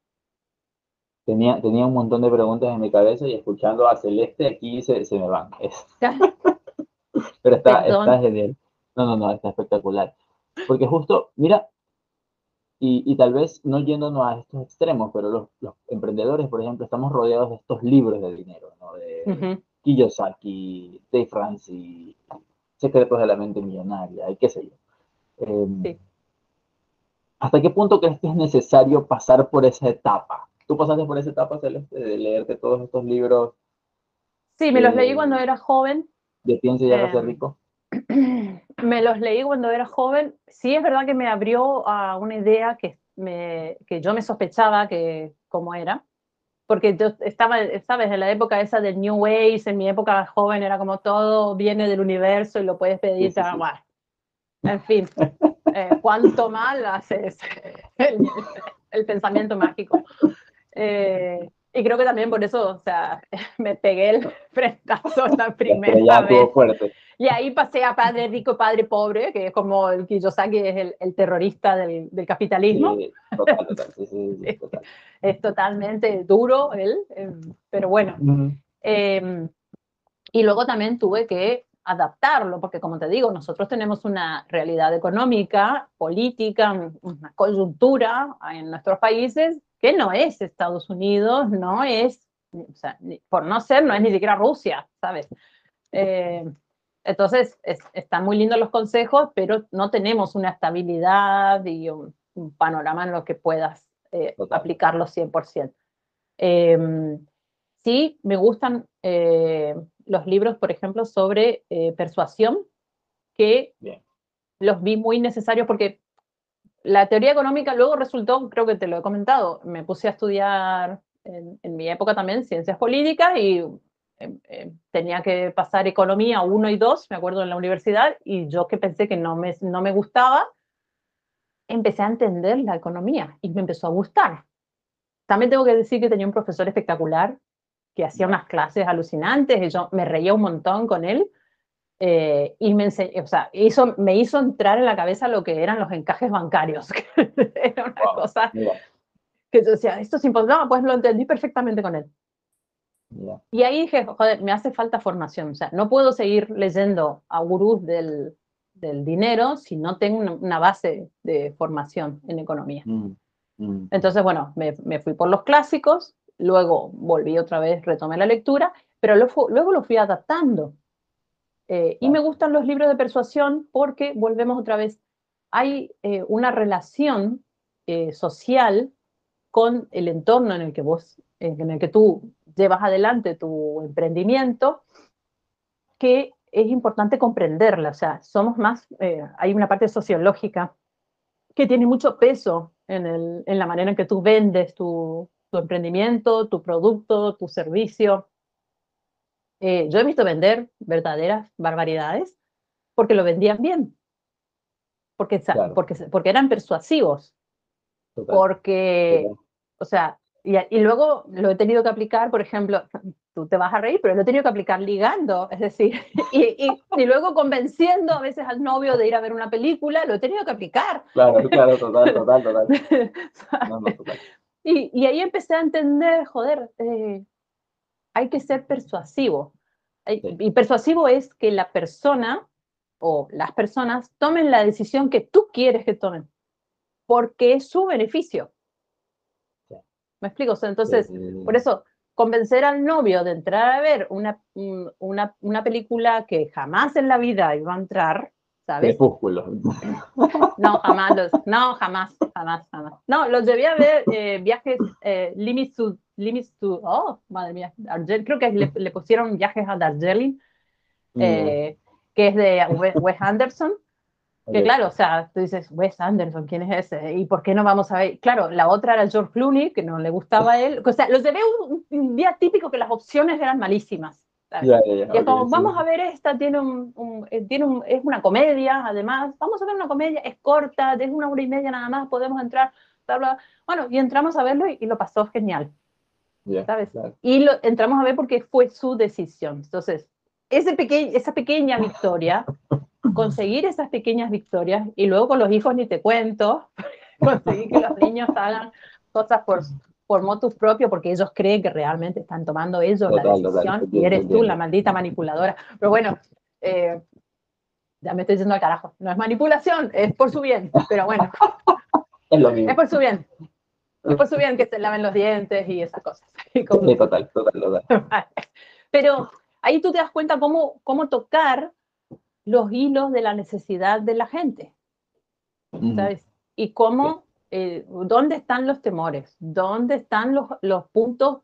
Tenía un montón de preguntas en mi cabeza y escuchando a Celeste aquí se me van. Pero está Perdón. genial. No, no, no, está espectacular. Porque justo, mira, y tal vez no yéndonos a estos extremos, pero los emprendedores, por ejemplo, estamos rodeados de estos libros de dinero, ¿no? De Ujú, Kiyosaki, Dave Ramsey, Secretos de la Mente Millonaria, y qué sé yo. sí. ¿Hasta qué punto crees que es necesario pasar por esa etapa? ¿Tú pasaste por esa etapa, Celeste, de leerte todos estos libros Sí, me los leí cuando de, era joven. de Piensa y hágase eh, rico? Me los leí cuando era joven. Sí, es verdad que me abrió a una idea que yo me sospechaba que cómo era. porque yo estaba, ¿sabes? En la época esa del New Age, en mi época joven era como todo viene del universo y lo puedes Sí, pedir, sí, sí. bueno, en fin, cuánto mal haces el pensamiento mágico. Y creo que también por eso, o sea, me pegué el frentazo la La primera estrella vez. estuvo fuerte. Y ahí pasé a Padre Rico, Padre Pobre, que es como el Kiyosaki, es el terrorista del capitalismo. Sí, total, total. Sí, sí, sí, total. Es totalmente duro él, pero bueno. Ujú. Eh, y luego también tuve que adaptarlo, porque como te digo, nosotros tenemos una realidad económica, política, una coyuntura en nuestros países que no es Estados Unidos, no es, o sea, por no ser, no es ni siquiera Rusia, ¿sabes? Eh, entonces, están muy lindos los consejos, pero no tenemos una estabilidad y un panorama en lo que puedas Total. aplicarlo 100%. Eh, sí, me gustan los libros, por ejemplo, sobre persuasión, que Bien. los vi muy necesarios porque la teoría económica luego resultó, creo que te lo he comentado, me puse a estudiar en mi época también ciencias políticas y tenía que pasar economía 1 y 2, me acuerdo en la universidad, y yo que pensé que no me gustaba, empecé a entender la economía y me empezó a gustar. También tengo que decir que tenía un profesor espectacular que hacía Ya. unas clases alucinantes y yo me reía un montón con él. Y me enseñó, o sea, me hizo entrar en la cabeza lo que eran los encajes bancarios. Era una Wow. cosa Mira. que yo decía, esto es imposible. No, pues lo entendí perfectamente con él. Ya. Y ahí dije, joder, me hace falta formación. O sea, no puedo seguir leyendo a gurús del dinero si no tengo una base de formación en economía. Mm, mm, Entonces, bueno, me fui por los clásicos, luego volví otra vez, retomé la lectura, pero luego lo fui adaptando. Y me claro. gustan los libros de persuasión porque, volvemos otra vez, hay una relación social con el entorno en el que tú llevas adelante tu emprendimiento, que es importante comprenderla. O sea, somos más, hay una parte sociológica que tiene mucho peso en la manera en que tú vendes tu emprendimiento, tu producto, tu servicio. Yo he visto vender verdaderas barbaridades porque lo vendían bien, Claro. porque eran persuasivos, Total. porque, Total. o sea, y luego lo he tenido que aplicar, por ejemplo, tú te vas a reír, pero lo he tenido que aplicar ligando, es decir, y luego convenciendo a veces al novio de ir a ver una película, lo he tenido que aplicar. Claro, claro, total, total, total. No, no, total. Y ahí empecé a entender, joder, hay que ser persuasivo. Sí, Y persuasivo es que la persona o las personas tomen la decisión que tú quieres que tomen, porque es su beneficio. sí, ¿Me explico? O sea, sí, entonces, sí, sí, por sí. eso, convencer al novio de entrar a ver una película que jamás en la vida iba a entrar, ¿sabes? Crepúsculo. No, jamás, no, jamás, jamás, jamás. No, los llevé a ver viajes, oh, madre mía, creo que le pusieron viajes a Darjeeling, Ya, que es de Wes Anderson. Que ok. claro, o sea, tú dices, Wes Anderson, ¿quién es ese? ¿Y por qué no vamos a ver? Claro, la otra era George Clooney, que no le gustaba a él. O sea, los llevé un día típico que las opciones eran malísimas, ¿sabes? Ya, ya, ya, Y es ok, como, sí, vamos a sí. ver esta, es una comedia, además, vamos a ver una comedia, es corta, es 1 hora y media nada más, podemos entrar, bla, bla. Bueno, y entramos a verlo y lo pasó genial, Ya, ¿sabes? claro. Y lo entramos a ver porque fue su decisión. Entonces, esa pequeña victoria, conseguir esas pequeñas victorias y luego con los hijos ni te cuento, conseguir que los niños hagan cosas por motus propio porque ellos creen que realmente están tomando ellos la Total, total, decisión y te eres tú la entiendo. maldita manipuladora. Pero bueno, eh, ya me estoy diciendo al carajo, no es manipulación, es por su bien, pero bueno, Es lo es mismo. por su bien. Es por su bien que se laven los dientes y esas cosas. Sí, total, total, total. Pero ahí tú te das cuenta cómo tocar los hilos de la necesidad de la gente. Ujú, ¿Sabes? Y sí, cómo, dónde están los temores, dónde están los puntos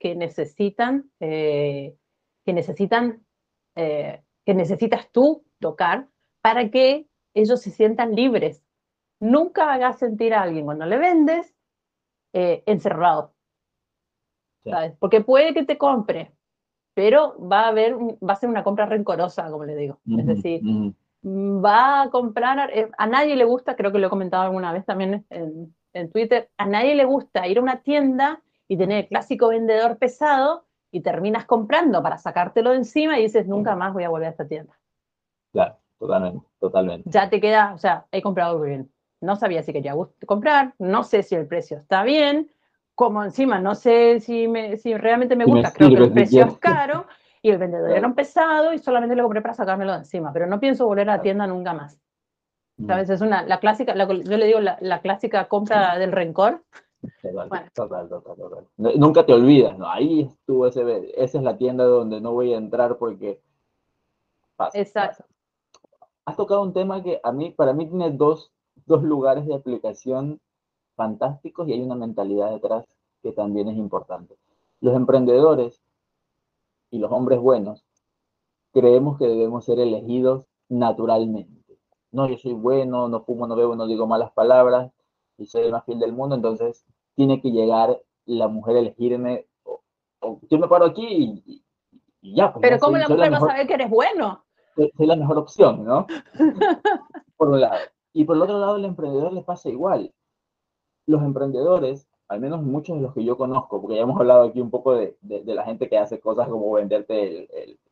que necesitan, que necesitas tú tocar para que ellos se sientan libres. Nunca hagas sentir a alguien cuando le vendes encerrado. Sí. ¿sabes? Porque puede que te compre, pero va a ser una compra rencorosa, como le digo. Es Ujú, decir, ujú. va a comprar, a nadie le gusta, creo que lo he comentado alguna vez también en Twitter, a nadie le gusta ir a una tienda y tener el clásico vendedor pesado y terminas comprando para sacártelo de encima y dices, nunca más voy a volver a esta tienda. Claro, totalmente, totalmente. Ya te queda, o sea, he comprado muy bien. No sabía si quería comprar, no sé si el precio está bien, como encima no sé si realmente me Si me gusta, creo que el sirve precio es siquiera. caro y el vendedor era Claro. un pesado y solamente lo compré para sacármelo de encima, pero no pienso volver a la tienda nunca más. Mm, ¿Sabes? Es la clásica, yo le digo la clásica compra del rencor. total, Bueno, total, total, total. Nunca te olvidas, ¿no? Ahí estuvo esa es la tienda donde no voy a entrar porque pasa, exacto. pasa. Has tocado un tema que para mí tiene dos lugares de aplicación fantásticos y hay una mentalidad detrás que también es importante. Los emprendedores y los hombres buenos creemos que debemos ser elegidos naturalmente. No, yo soy bueno, no fumo, no bebo, no digo malas palabras y soy el más fiel del mundo, entonces tiene que llegar la mujer a elegirme o yo me paro aquí y ya, pues ya Pero ¿cómo la la mujer va a mejor, saber que eres bueno? soy la mejor opción, ¿no? Por un lado. Y por el otro lado, al emprendedor le pasa igual. Los emprendedores, al menos muchos de los que yo conozco, porque ya hemos hablado aquí un poco de la gente que hace cosas como venderte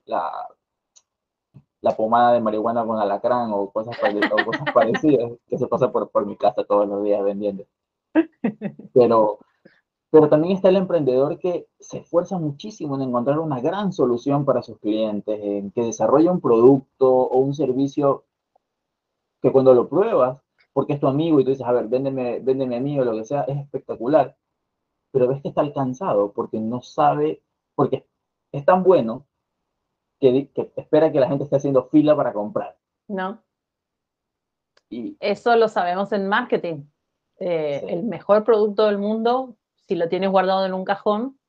la pomada de marihuana con alacrán o cosas parecidas, que se pasa por mi casa todos los días vendiendo. Pero, pero también está el emprendedor que se esfuerza muchísimo en encontrar una gran solución para sus clientes, en que desarrolla un producto o un servicio que cuando lo pruebas, porque es tu amigo y tú dices, a ver, véndeme a mí o lo que sea, es espectacular, pero ves que está alcanzado porque no sabe, porque es tan bueno que espera que la gente esté haciendo fila para comprar. No, Y eso lo sabemos en marketing. sí, El mejor producto del mundo, si lo tienes guardado en un cajón,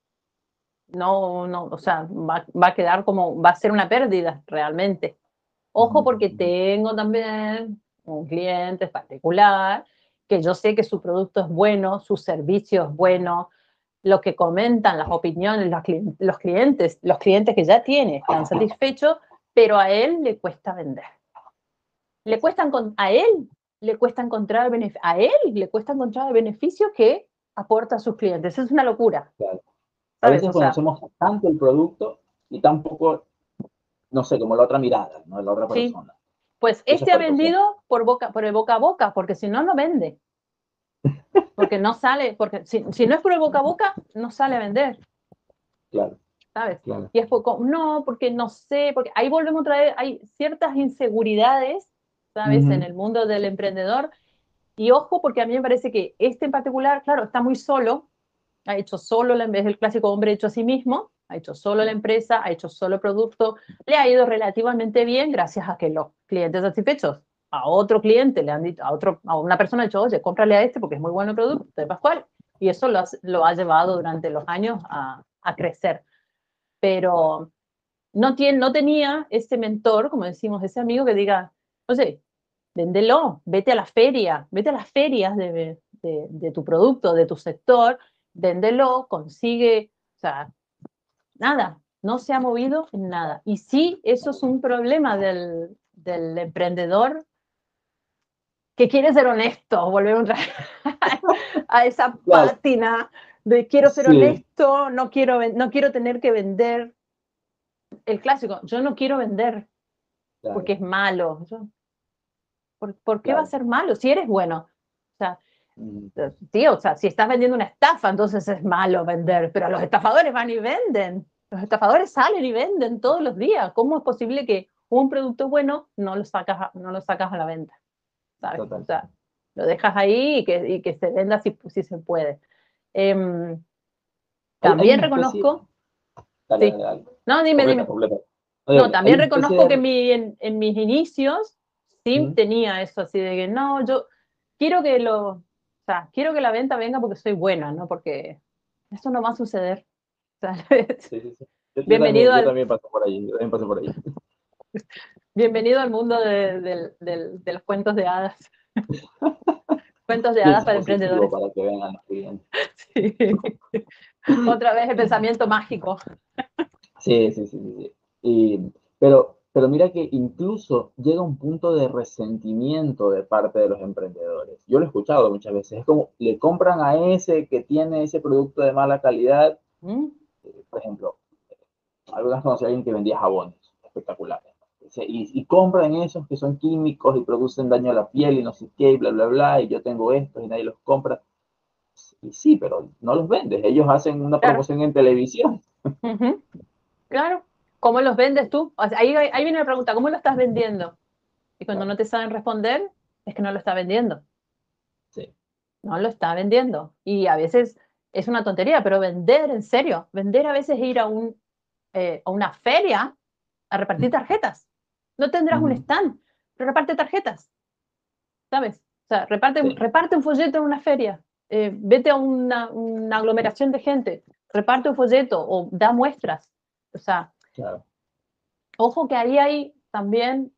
no, o sea, va a quedar como, va a ser una pérdida realmente. Ojo porque tengo también un cliente particular que yo sé que su producto es bueno, su servicio es bueno, lo que comentan, las opiniones, los clientes que ya tiene están satisfechos, pero a él le cuesta vender. Le cuesta, a él le cuesta encontrar el beneficio, a él le cuesta encontrar el beneficio que aporta a sus clientes. Es una locura, claro. A ¿sabes? veces O sea, conocemos tanto el producto y tan poco, no sé, como la otra mirada, ¿no? De la otra sí, persona. pues Y eso este ha falta siempre. vendido por el boca a boca, porque si no, no vende. Porque no sale, porque si no es por el boca a boca, no sale a vender, Claro, ¿sabes? claro. Y es poco, no, porque no sé, porque ahí volvemos otra vez, hay ciertas inseguridades, ¿sabes? En Ujú, el mundo del emprendedor. Y ojo, porque a mí me parece que este en particular, claro, está muy solo, ha hecho solo, es el clásico hombre hecho a sí mismo, ha hecho solo la empresa, ha hecho solo el producto, le ha ido relativamente bien gracias a que los clientes satisfechos a otro cliente le han dicho, a una persona le ha dicho, oye, cómprale a este porque es muy bueno el producto de Pascual. Y eso lo ha llevado durante los años a crecer. claro. Pero no tenía ese mentor, como decimos, ese amigo que diga, oye, véndelo, vete a las ferias de tu producto, de tu sector, véndelo, consigue, o sea, nada, no se ha movido en nada. Y sí, eso es un problema del emprendedor que quiere ser honesto, volver a esa Claro, pátina de quiero ser sí, honesto, no quiero tener que vender. El clásico, yo no quiero vender porque claro, es malo. ¿Por qué va a claro. ser malo si eres bueno? O sea, Ujú, tío, o sea, si estás vendiendo una estafa, entonces es malo vender, pero los estafadores van y venden. Los estafadores salen y venden todos los días. ¿Cómo es posible que un producto bueno no lo sacas a la venta? ¿Sabes? O total. sea, lo dejas ahí y que se venda si se puede. Eh, Hay también una especie, reconozco, dale, sí, dale, dale. no, Completa, dime. completa. No, No, digo, hay también una especie reconozco que de... en mis inicios sí ¿Mm? tenía eso así de que no, yo quiero o sea, quiero que la venta venga porque soy buena, ¿no? Porque eso no va a suceder. O sea, Sí, sí, sí. bienvenido Yo al, también paso por ahí, yo también paso por ahí. bienvenido al mundo de los cuentos de hadas. Cuentos de hadas Piensa para positivo emprendedores. para que vengan los clientes. Sí. Otra vez el pensamiento mágico. Sí, sí, sí, sí, sí. Pero mira que incluso llega un punto de resentimiento de parte de los emprendedores. Yo lo he escuchado muchas veces. Es como le compran a ese que tiene ese producto de mala calidad. ¿Mm? Por ejemplo, algunas conocí a alguien que vendía jabones espectaculares. Y compran esos que son químicos y producen daño a la piel y no sé qué, y bla, bla, bla. Y yo tengo estos y nadie los compra. Y sí, pero no los vendes. Ellos hacen una Claro. promoción en televisión. Ujú. Claro. ¿Cómo los vendes tú? O sea, ahí viene la pregunta, ¿cómo lo estás vendiendo? Y cuando Claro, no te saben responder, es que no lo está vendiendo. sí, No lo está vendiendo. Y a veces es una tontería, pero vender, en serio, vender a veces es ir a una feria a repartir tarjetas. No tendrás un ujú, stand, pero reparte tarjetas, ¿sabes? O sea, sí, reparte un folleto en una feria, vete a una aglomeración de gente, reparte un folleto o da muestras. O sea, claro, ojo que ahí hay también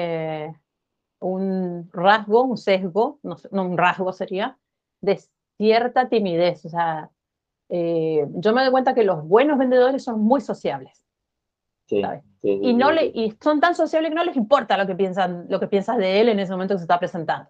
un rasgo, un sesgo, no, no un rasgo sería, de cierta timidez. O sea, yo me doy cuenta que los buenos vendedores son muy sociables, sí, ¿sabes? sí, Y, sí, sí, sí, y son tan sociables que no les importa lo que piensas de él en ese momento que se está presentando.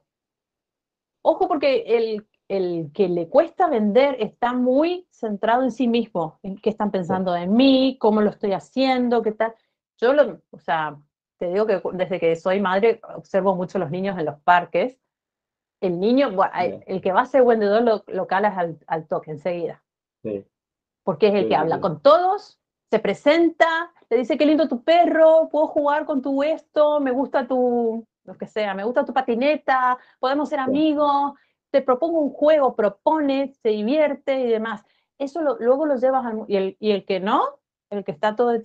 Ojo porque el que le cuesta vender está muy centrado en sí mismo, en qué están sí, pensando de mí, cómo lo estoy haciendo, qué tal. O sea, te digo que desde que soy madre observo mucho a los niños en los parques. El niño, bueno, sí, el que va a ser vendedor lo calas al toque enseguida, sí, porque es el que sí, sí, habla sí, con todos, se presenta, te dice qué lindo tu perro, puedo jugar con tu esto, me gusta tu, lo que sea, me gusta tu patineta, podemos ser sí, amigos, te propongo un juego, propone, se divierte y demás. Eso luego lo llevas al, y el que no, el que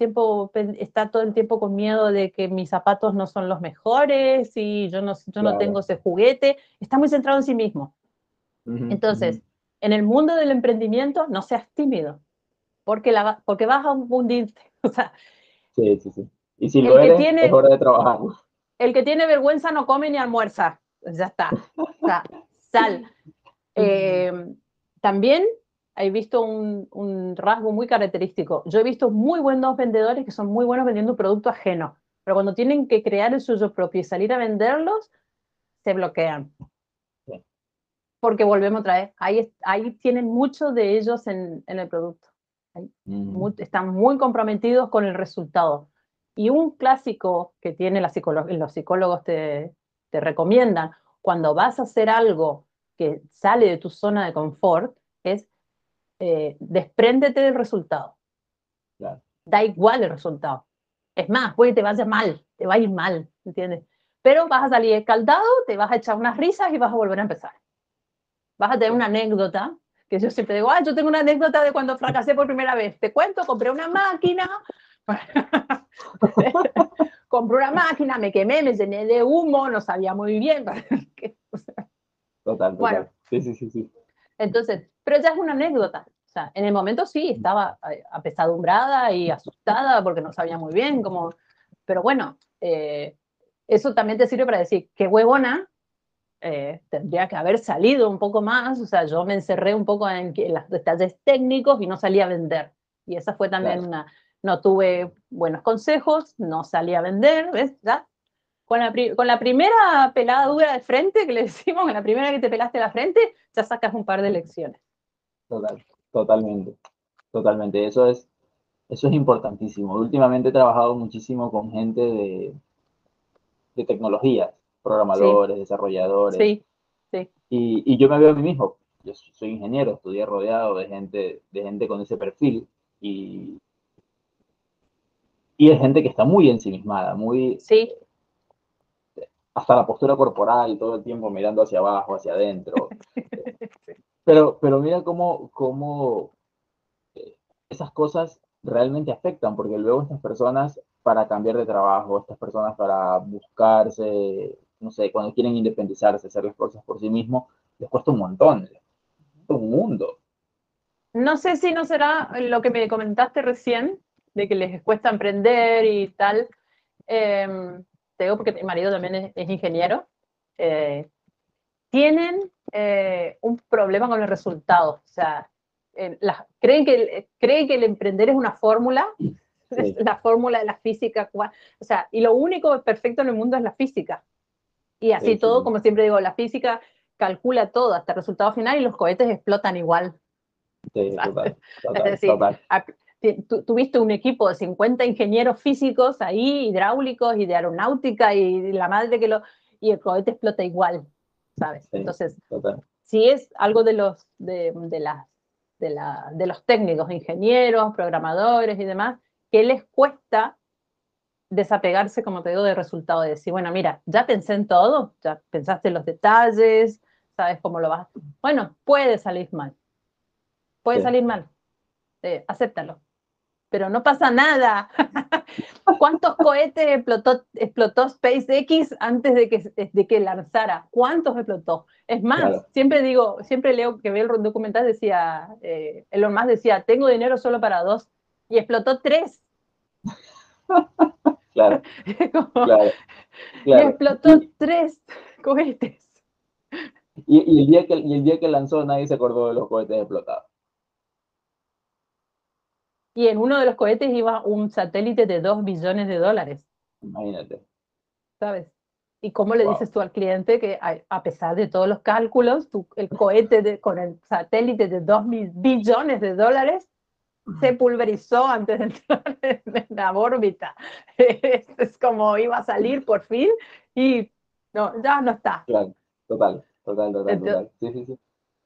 está todo el tiempo con miedo de que mis zapatos no son los mejores y yo no tengo claro. ese juguete, está muy centrado en sí mismo. Ujú, ujú, Entonces, en el mundo del emprendimiento, no seas tímido, porque vas a hundirte. O sea, sí, sí, sí. Y si lo el que eres, es tiene, hora de trabajar. el que tiene vergüenza no come ni almuerza. Pues ya está. O sea, sal. Eh, también he visto un rasgo muy característico. Yo he visto muy buenos vendedores que son muy buenos vendiendo un producto ajeno, pero cuando tienen que crear el suyo propio y salir a venderlos, se bloquean. Sí, Porque volvemos otra vez, ahí tienen mucho de ellos en el producto. ujú, Están muy comprometidos con el resultado. Y un clásico que tiene los psicólogos te recomiendan cuando vas a hacer algo que sale de tu zona de confort es despréndete del resultado. claro, Da igual el resultado. Es más, puede que te vaya mal, te va a ir mal, ¿entiendes? Pero vas a salir escaldado, te vas a echar unas risas y vas a volver a empezar. Vas a tener sí. una anécdota, que yo siempre digo, yo tengo una anécdota de cuando fracasé por primera vez. Te cuento, compré una máquina, compré una máquina, me quemé, me llené de humo, no sabía muy bien. Total, Bueno, total. Sí, sí, sí, sí. entonces, pero ya es una anécdota. O sea, en el momento sí, estaba apesadumbrada y asustada porque no sabía muy bien cómo, pero bueno, eso también te sirve para decir, qué huevona, tendría que haber salido un poco más, o sea, yo me encerré un poco en los detalles técnicos y no salí a vender. Y esa fue también Claro. no tuve buenos consejos, no salí a vender, ¿ves? Ya, con la primera pelada dura de frente que le decimos, con la primera que te pelaste la frente, ya sacas un par de lecciones. Total, totalmente, totalmente. Eso es importantísimo. Últimamente he trabajado muchísimo con gente de tecnologías, Sí, programadores, desarrolladores, sí, sí. y yo me veo a mí mismo. Yo soy ingeniero, estudié rodeado de gente con ese perfil y, y de gente que está muy ensimismada, muy, Sí, hasta la postura corporal, todo el tiempo mirando hacia abajo, hacia adentro. Pero mira cómo esas cosas realmente afectan, porque luego estas personas para cambiar de trabajo, estas personas para buscarse, no sé, cuando quieren independizarse, hacer las cosas por sí mismos, les cuesta un montón, les cuesta un mundo. no sé si no será lo que me comentaste recién, de que les cuesta emprender y tal. Eh, te digo porque mi marido también es ingeniero. Eh, tienen un problema con el resultado. O sea, creen que el emprender es una fórmula, Sí, la fórmula de la física, o sea, y lo único perfecto en el mundo es la física. Y así sí, todo, sí, como siempre digo, la física calcula todo hasta el resultado final y los cohetes explotan igual. sí, total, Es total, decir, total. tuviste un equipo de 50 ingenieros físicos ahí, hidráulicos y de aeronáutica y la madre que lo... y el cohete explota igual, ¿sabes? Sí, Entonces, total. si es algo de los técnicos, ingenieros, programadores y demás, que les cuesta desapegarse, como te digo, del resultado, de decir, bueno, mira, ya pensé en todo, ya pensaste en los detalles, sabes cómo lo vas. Bueno, puede Sí, salir mal, acéptalo, pero no pasa nada. ¿Cuántos cohetes explotó SpaceX antes de que lanzara? ¿Cuántos explotó? Es más, claro, siempre digo, siempre leo que veo el documental, decía, Elon Musk decía, tengo dinero solo para 2, y explotó 3. claro, claro, Y claro. explotó 3 cohetes. Y el día que lanzó, nadie se acordó de los cohetes explotados. Y en uno de los cohetes iba un satélite de $2 billones, Imagínate. ¿sabes? ¿Y cómo le Wow, dices tú al cliente que a pesar de todos los cálculos, el cohete con el satélite de $2 billones se pulverizó antes de entrar en la órbita? Es como iba a salir por fin y no, ya no está. claro, total, total, total, Entonces, total. Sí, sí, sí.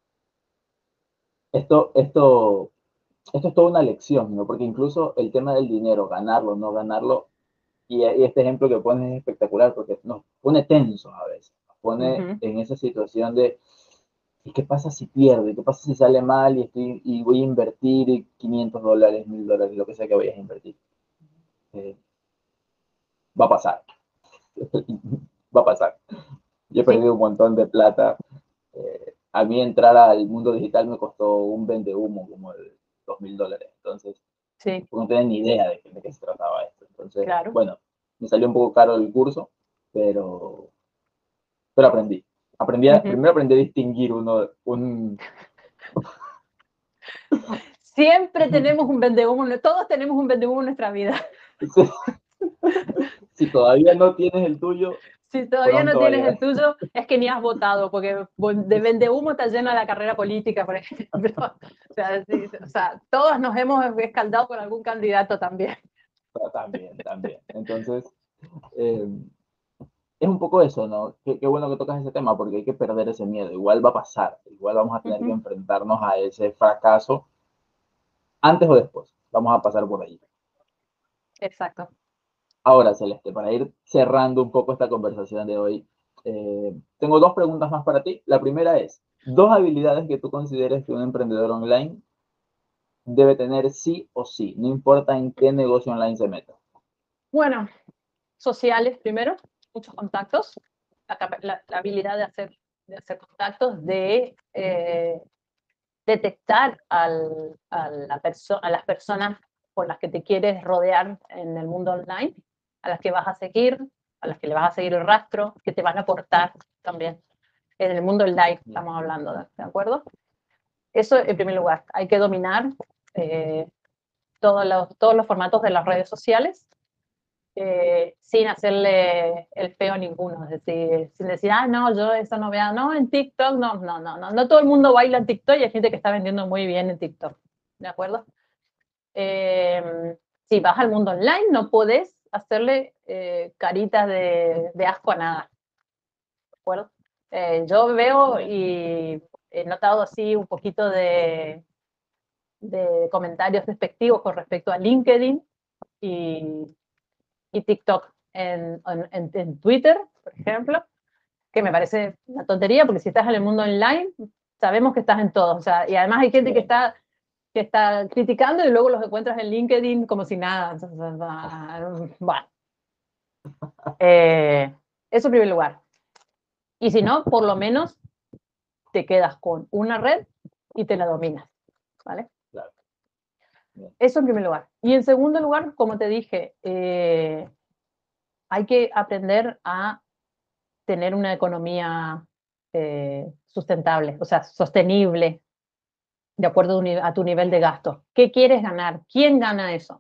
Esto, esto, esto es toda una lección, ¿no? Porque incluso el tema del dinero, ganarlo, no ganarlo, y este ejemplo que pones es espectacular porque nos pone tensos a veces, nos pone ujú, en esa situación de, ¿y qué pasa si pierde? ¿Qué pasa si sale mal y voy a invertir $500, $1000, lo que sea que vayas a invertir? Eh, va a pasar, va a pasar. Yo he sí, perdido un montón de plata. A mí entrar al mundo digital me costó un vende humo como de $2000. Entonces, sí, no tenía ni idea de qué se trataba esto. Entonces, claro. bueno, me salió un poco caro el curso, pero, pero aprendí. Ujú. Primero aprendí a distinguir un, Siempre tenemos un vendehumo, todos tenemos un vendehumo en nuestra vida. si todavía no tienes el tuyo, Si todavía no pronto va a tienes llegar. el tuyo, es que ni has votado, porque de vendehumo está llena la carrera política, por ejemplo. O sea, sí, o sea, todos nos hemos escaldado con algún candidato también. También, también. Entonces, eh, es un poco eso, ¿no? Qué bueno que tocas ese tema porque hay que perder ese miedo. Igual va a pasar, igual vamos a tener que Ujú, enfrentarnos a ese fracaso antes o después. Vamos a pasar por ahí. exacto. Ahora, Celeste, para ir cerrando un poco esta conversación de hoy, tengo dos preguntas más para ti. La primera es, dos habilidades que tú consideres que un emprendedor online debe tener sí o sí, no importa en qué negocio online se meta. Bueno, sociales primero, muchos contactos, la habilidad de hacer contactos, de detectar a las personas con las que te quieres rodear en el mundo online, a las que vas a seguir, a las que le vas a seguir el rastro, que te van a aportar también. En el mundo online estamos hablando, ¿de acuerdo? Eso en primer lugar, hay que dominar eh, todos los formatos de las redes sociales sin hacerle el feo a ninguno, es decir, sin decir, ah, no, yo eso no veo, no, en TikTok, no, no, no, no, no todo el mundo baila en TikTok y hay gente que está vendiendo muy bien en TikTok, ¿de acuerdo? Si vas al mundo online, no podés hacerle caritas de asco a nada, ¿de acuerdo? Yo veo y he notado así un poquito de comentarios despectivos con respecto a LinkedIn y, y TikTok en Twitter, por ejemplo, que me parece una tontería, porque si estás en el mundo online, sabemos que estás en todo. O sea, y además hay gente que está criticando y luego los encuentras en LinkedIn como si nada. Bueno, eso en primer lugar. Y si no, por lo menos te quedas con una red y te la dominas. ¿Vale? Claro. Bien. Eso en primer lugar. Y en segundo lugar, como te dije, hay que aprender a tener una economía sustentable, o sea, sostenible. de acuerdo a tu nivel de gasto. ¿Qué quieres ganar? ¿Quién gana eso?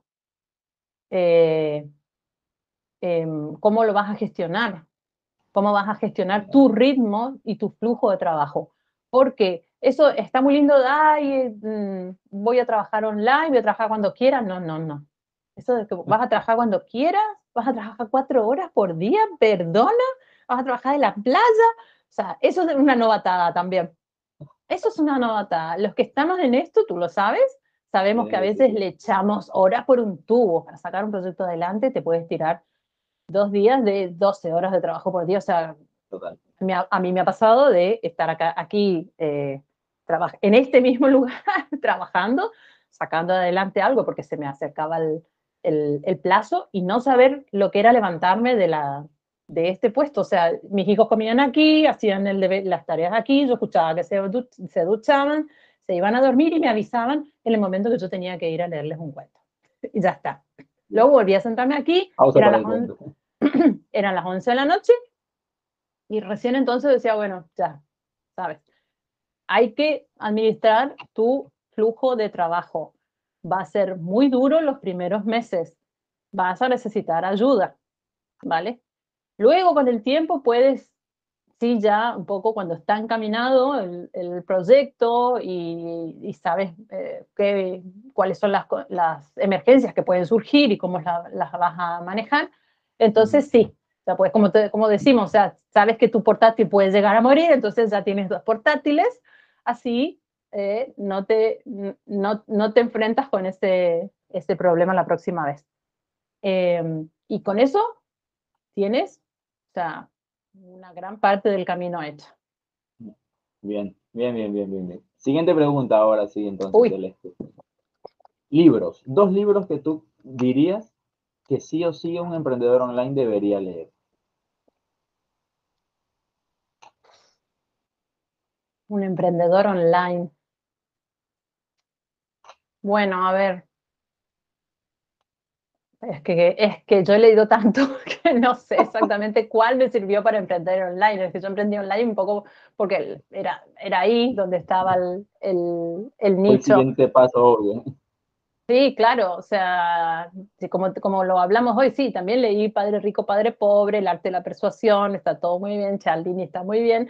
¿Cómo lo vas a gestionar? ¿Cómo vas a gestionar tu ritmo y tu flujo de trabajo? Porque eso está muy lindo de, ay, voy a trabajar online, voy a trabajar cuando quiera. No, no, no. Eso de que vas a trabajar cuando quieras, vas a trabajar 4 horas por día, perdona, vas a trabajar en la playa. O sea, eso es una novatada también. Eso es una novatada. Los que estamos en esto, tú lo sabes, sabemos que a veces le echamos horas por un tubo para sacar un proyecto adelante, te puedes tirar 2 días de 12 horas de trabajo por día. O sea, Total. a mí me ha pasado de estar aquí en este mismo lugar trabajando, sacando adelante algo porque se me acercaba el plazo y no saber lo que era levantarme de este puesto. O sea, mis hijos comían aquí, hacían las tareas aquí, yo escuchaba que se duchaban, se iban a dormir y me avisaban en el momento que yo tenía que ir a leerles un cuento. Y ya está. Luego volví a sentarme aquí, Pausa eran para las, el cuento. eran las 11 de la noche y recién entonces decía, bueno, ya, sabes, hay que administrar tu flujo de trabajo. Va a ser muy duro los primeros meses. Vas a necesitar ayuda, ¿vale? Luego con el tiempo puedes, sí, ya un poco cuando está encaminado el proyecto y sabes cuáles son las emergencias que pueden surgir y cómo las vas a manejar, entonces sí, o sea, pues como decimos, o sea, sabes que tu portátil puede llegar a morir, entonces ya tienes 2 portátiles, así no te enfrentas con ese problema la próxima vez. Y con eso tienes, o sea, una gran parte del camino hecho. Bien, bien, bien, bien, bien, bien. Siguiente pregunta ahora sí, entonces, Uy, Celeste. Libros. 2 libros que tú dirías que sí o sí un emprendedor online debería leer. un emprendedor online. Bueno, a ver, es que yo he leído tanto que no sé exactamente cuál me sirvió para emprender online. Es que yo emprendí online un poco porque era ahí donde estaba el Fue el nicho. siguiente paso obvio. Sí, claro, o sea, sí, como lo hablamos hoy, sí, también leí Padre Rico, Padre Pobre, El arte de la persuasión, está todo muy bien, Cialdini está muy bien,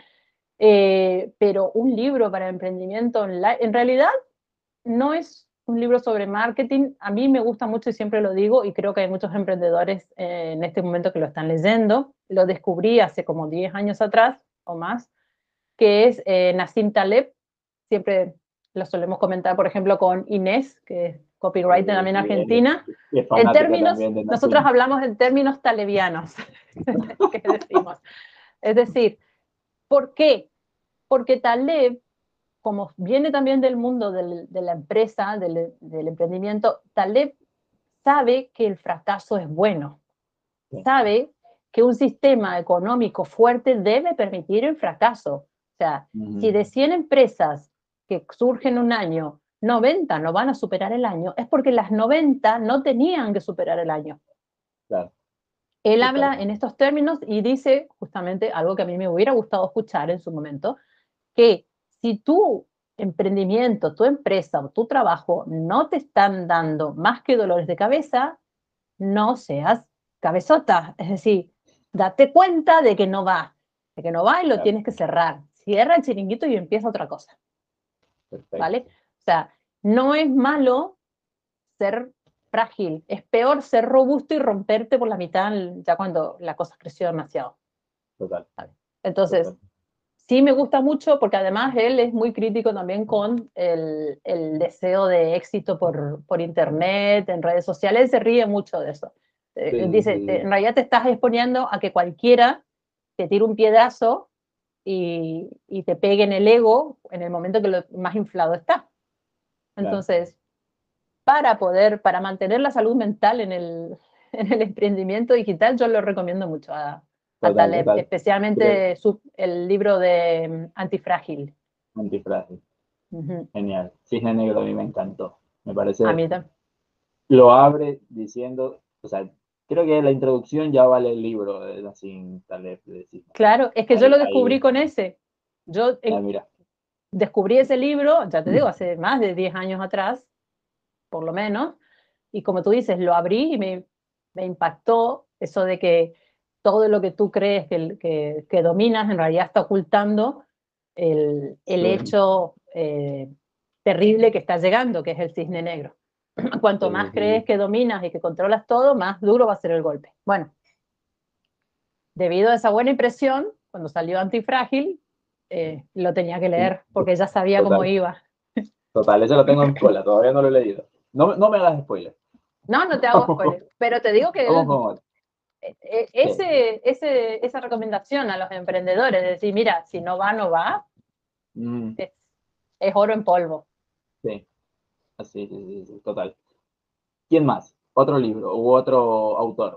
pero un libro para emprendimiento online, en realidad no es un libro sobre marketing, a mí me gusta mucho y siempre lo digo, y creo que hay muchos emprendedores en este momento que lo están leyendo, lo descubrí hace como 10 años atrás o más, que es Nassim Taleb, siempre lo solemos comentar, por ejemplo, con Inés, que es copywriter también Sí, argentina. es En fanática términos, también de nosotros Nassim. hablamos en términos talebianos, que decimos. Es decir, ¿por qué? Porque Taleb, como viene también del mundo de la empresa, del emprendimiento, Taleb sabe que el fracaso es bueno, Sí. sabe que un sistema económico fuerte debe permitir el fracaso. O sea, si de 100 empresas que surgen un año, 90 no van a superar el año, es porque las 90 no tenían que superar el año. Claro, Él habla en totalmente. estos términos y dice justamente algo que a mí me hubiera gustado escuchar en su momento, que si tu emprendimiento, tu empresa o tu trabajo no te están dando más que dolores de cabeza, no seas cabezota. Es decir, date cuenta de que no va y lo Claro, tienes que cerrar. Cierra el chiringuito y empieza otra cosa, ¿vale? perfecto. O sea, no es malo ser frágil, es peor ser robusto y romperte por la mitad ya cuando la cosa creció demasiado. Total, ¿Vale? Entonces, total. sí me gusta mucho porque además él es muy crítico también con el deseo de éxito por internet, en redes sociales, él se ríe mucho de eso. Sí, sí, Dice, en sí, realidad te estás exponiendo a que cualquiera te tire un piedrazo y te pegue en el ego en el momento que lo más inflado está. claro, Entonces, para mantener la salud mental en el emprendimiento digital, yo lo recomiendo mucho a total, Taleb, total. Creo, especialmente el libro de Antifrágil. antifrágil. Ujú. Genial. Cisne Negro a mí me encantó. Me A parece, mí también. lo abre diciendo, o sea, creo que la introducción ya vale el libro de Nassim Taleb de Cisne. Claro, es que yo Ahí, lo ahí, descubrí con ese. Yo ah, mira. descubrí ese libro, ya te digo, hace más de 10 años atrás, por lo menos, y como tú dices, lo abrí y me impactó eso de que todo lo que tú crees que dominas en realidad está ocultando el Sí, hecho terrible que está llegando, que es el cisne negro. Cuanto sí, más crees sí. que dominas y que controlas todo, más duro va a ser el golpe. Bueno, debido a esa buena impresión, cuando salió Antifrágil, lo tenía que Sí. leer porque ya sabía cómo Total, iba. total, ese lo tengo en cola, todavía no lo he leído. No, no me hagas spoiler. No, no te hago spoiler, pero te digo que Vamos él, con otro. Sí, esa recomendación a los emprendedores, de decir, mira, si no va, no va, mm, es, es oro en polvo. sí, así, sí, sí, sí, total. ¿Quién más? Otro libro u otro autor.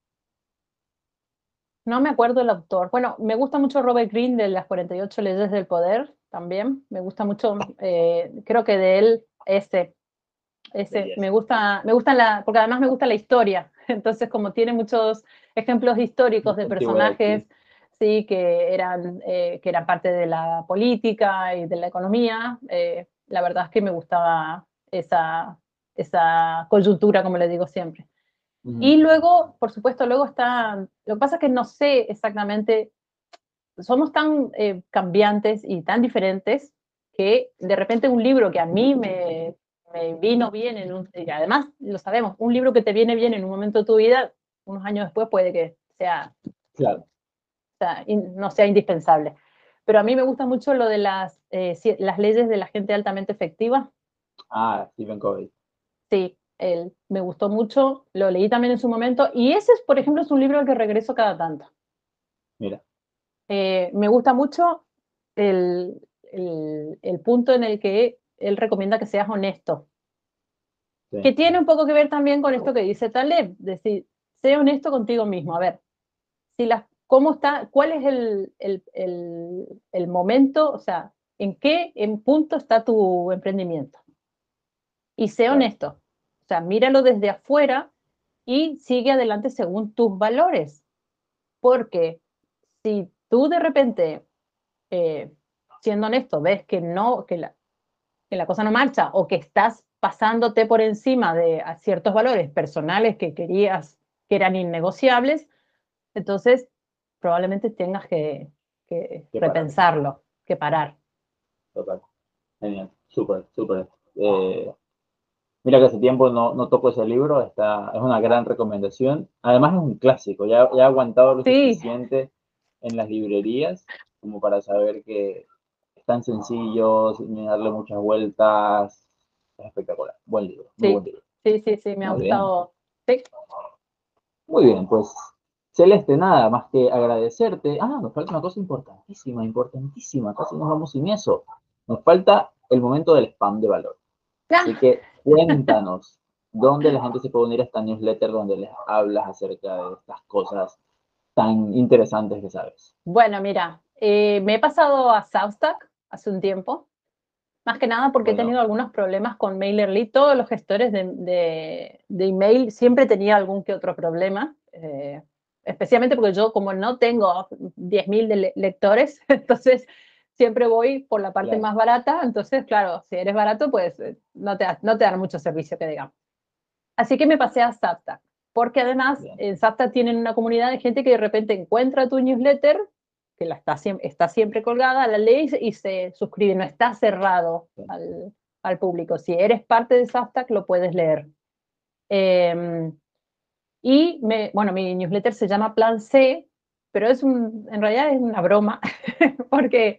No me acuerdo el autor. Bueno, me gusta mucho Robert Greene de las 48 leyes del poder también. Me gusta mucho, creo que de él, Belleza. me gusta porque además me gusta la historia. Entonces, como tiene muchos ejemplos históricos de Antigüedad, personajes, sí. sí, que eran parte de la política y de la economía, la verdad es que me gustaba esa coyuntura, como le digo siempre. Y Ujú, luego, por supuesto, luego está, lo que pasa es que no sé exactamente, somos tan cambiantes y tan diferentes que de repente un libro que a mí me vino bien, y además lo sabemos, un libro que te viene bien en un momento de tu vida, unos años después puede que claro. no sea indispensable. Pero a mí me gusta mucho lo de las leyes de la gente altamente efectiva. Ah, Stephen Covey. Sí, me gustó mucho, lo leí también en su momento, y ese, por ejemplo, es un libro al que regreso cada tanto. Mira, Me gusta mucho el punto en el que él recomienda que seas honesto, que sí, tiene un poco que ver también con esto que dice Taleb, decir, sé honesto contigo mismo. A ver, cómo está, cuál es el momento, o sea, en punto está tu emprendimiento. Y sé claro. honesto. O sea, míralo desde afuera y sigue adelante según tus valores. Porque si tú de repente eh, siendo honesto, ves que no, que la cosa no marcha o que estás pasándote por encima de ciertos valores personales que querías que eran innegociables, entonces probablemente tengas que Qué parar. repensarlo, que parar. Total. Genial. Súper, súper. Eh, Mira que hace tiempo no toco ese libro, es una gran recomendación. Además es un clásico, ya ha aguantado lo Sí, suficiente en las librerías como para saber que es tan sencillo, sin darle muchas vueltas. Es espectacular. Buen libro, muy buen sí, libro. sí, me ha Muy bien, gustado. Sí. muy bien, pues Celeste, nada más que agradecerte. Ah, nos falta una cosa importantísima, importantísima, casi nos vamos sin eso. Nos falta el momento del spam de valor. Así Ah, que cuéntanos dónde la gente se puede unir a esta newsletter donde les hablas acerca de estas cosas tan interesantes que sabes. bueno, mira, me he pasado a Substack hace un tiempo. Más que nada porque he Bueno, tenido algunos problemas con MailerLite. Todos los gestores de email siempre tenía algún que otro problema, especialmente porque yo como no tengo 10.000 lectores, entonces siempre voy por la parte claro, más barata. Entonces, claro, si eres barato, pues no te dan mucho servicio, que digamos. Así que me pasé a Zapta, porque además bien, en Zapta tienen una comunidad de gente que de repente encuentra tu newsletter, que está siempre colgada, la lee y se suscribe, no está cerrado bien, al público. Si eres parte de Zapta, lo puedes leer. Eh, bueno, mi newsletter se llama Plan C, pero en realidad es una broma, porque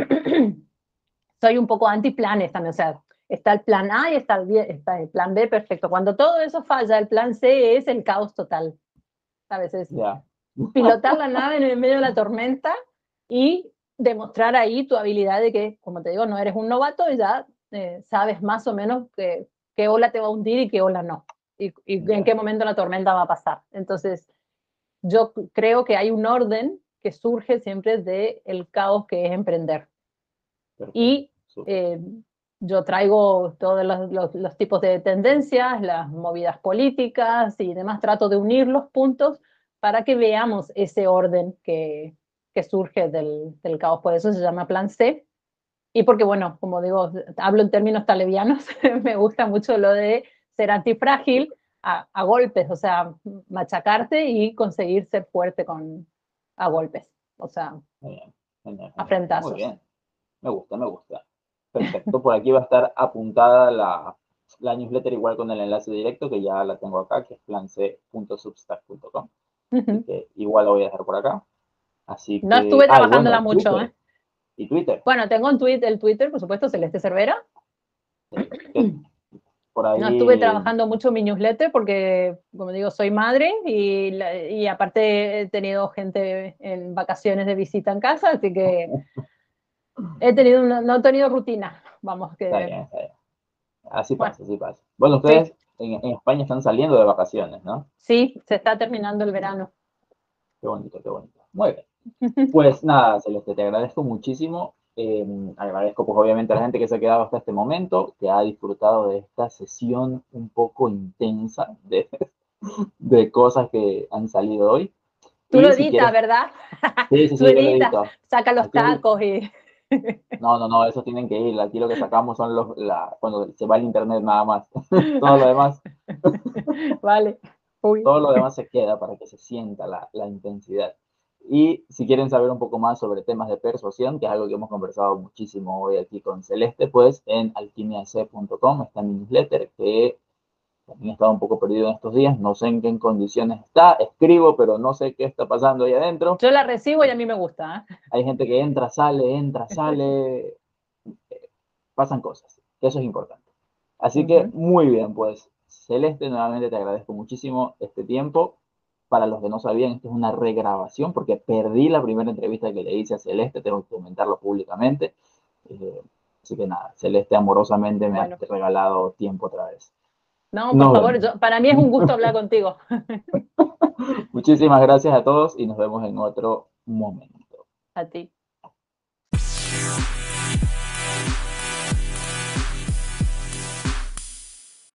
soy un poco anti-planes también, o sea, está el plan A y está el plan B, perfecto. Cuando todo eso falla, el plan C es el caos total. A veces ya, pilotar la nave en el medio de la tormenta y demostrar ahí tu habilidad de que, como te digo, no eres un novato y ya sabes más o menos qué ola te va a hundir y qué ola no. Y en ya, qué momento la tormenta va a pasar. Entonces, yo creo que hay un orden que surge siempre del caos que es emprender. perfecto, Y súper, eh, yo traigo todos los tipos de tendencias, las movidas políticas y demás, trato de unir los puntos para que veamos ese orden que surge del caos. Por eso se llama Plan C. Y porque, bueno, como digo, hablo en términos talebianos, me gusta mucho lo de ser antifrágil a golpes, o sea, machacarte y conseguir ser fuerte a golpes, o sea, Genial, genial, a genial. Muy frentazos. bien. Me gusta, me gusta. Perfecto. Por aquí va a estar apuntada la newsletter igual con el enlace directo, que ya la tengo acá, que es planc.substack.com. Así que igual lo voy a dejar por acá. Así No que, estuve y trabajándola bueno, mucho, ¿eh? Twitter. Y Twitter. Bueno, tengo el Twitter, por supuesto, Celeste Cervera. Que por No estuve ahí, trabajando mucho mi newsletter porque, como digo, soy madre y aparte he tenido gente en vacaciones de visita en casa, así que no he tenido rutina, vamos, está que, bien, está bien. Así bueno, pasa, así pasa. Bueno, sí, ustedes en España están saliendo de vacaciones, ¿no? sí, se está terminando el verano. Qué bonito, qué bonito. Muy bien. Pues nada, Celeste, te agradezco muchísimo. Agradezco pues obviamente a la gente que se ha quedado hasta este momento, que ha disfrutado de esta sesión un poco intensa de cosas que han salido hoy. Tú lo Y si editas, quieres, ¿verdad? sí, sí, Tú sí, yo lo editas, edito. saca los Aquí tacos y... no, no, no, esos tienen que ir. Aquí lo que sacamos son cuando se va el internet nada más. Todo lo demás, Vale. Uy. todo lo demás se queda para que se sienta la intensidad. Y si quieren saber un poco más sobre temas de persuasión, que es algo que hemos conversado muchísimo hoy aquí con Celeste, pues en alquimiac.com está mi newsletter, que también he estado un poco perdido en estos días, no sé en qué condiciones está, escribo, pero no sé qué está pasando ahí adentro. Yo la recibo y a mí me gusta, Hay gente que entra, sale, pasan cosas, eso es importante. ¿eh? Así que Ujú. muy bien, pues Celeste, nuevamente te agradezco muchísimo este tiempo. Para los que no sabían, esto es una regrabación porque perdí la primera entrevista que le hice a Celeste, tengo que comentarlo públicamente. Eh, Así que nada, Celeste amorosamente me ha Bueno, regalado tiempo otra vez. no, por Nos favor, vemos. para mí es un gusto hablar contigo. Muchísimas gracias a todos y nos vemos en otro momento. A ti.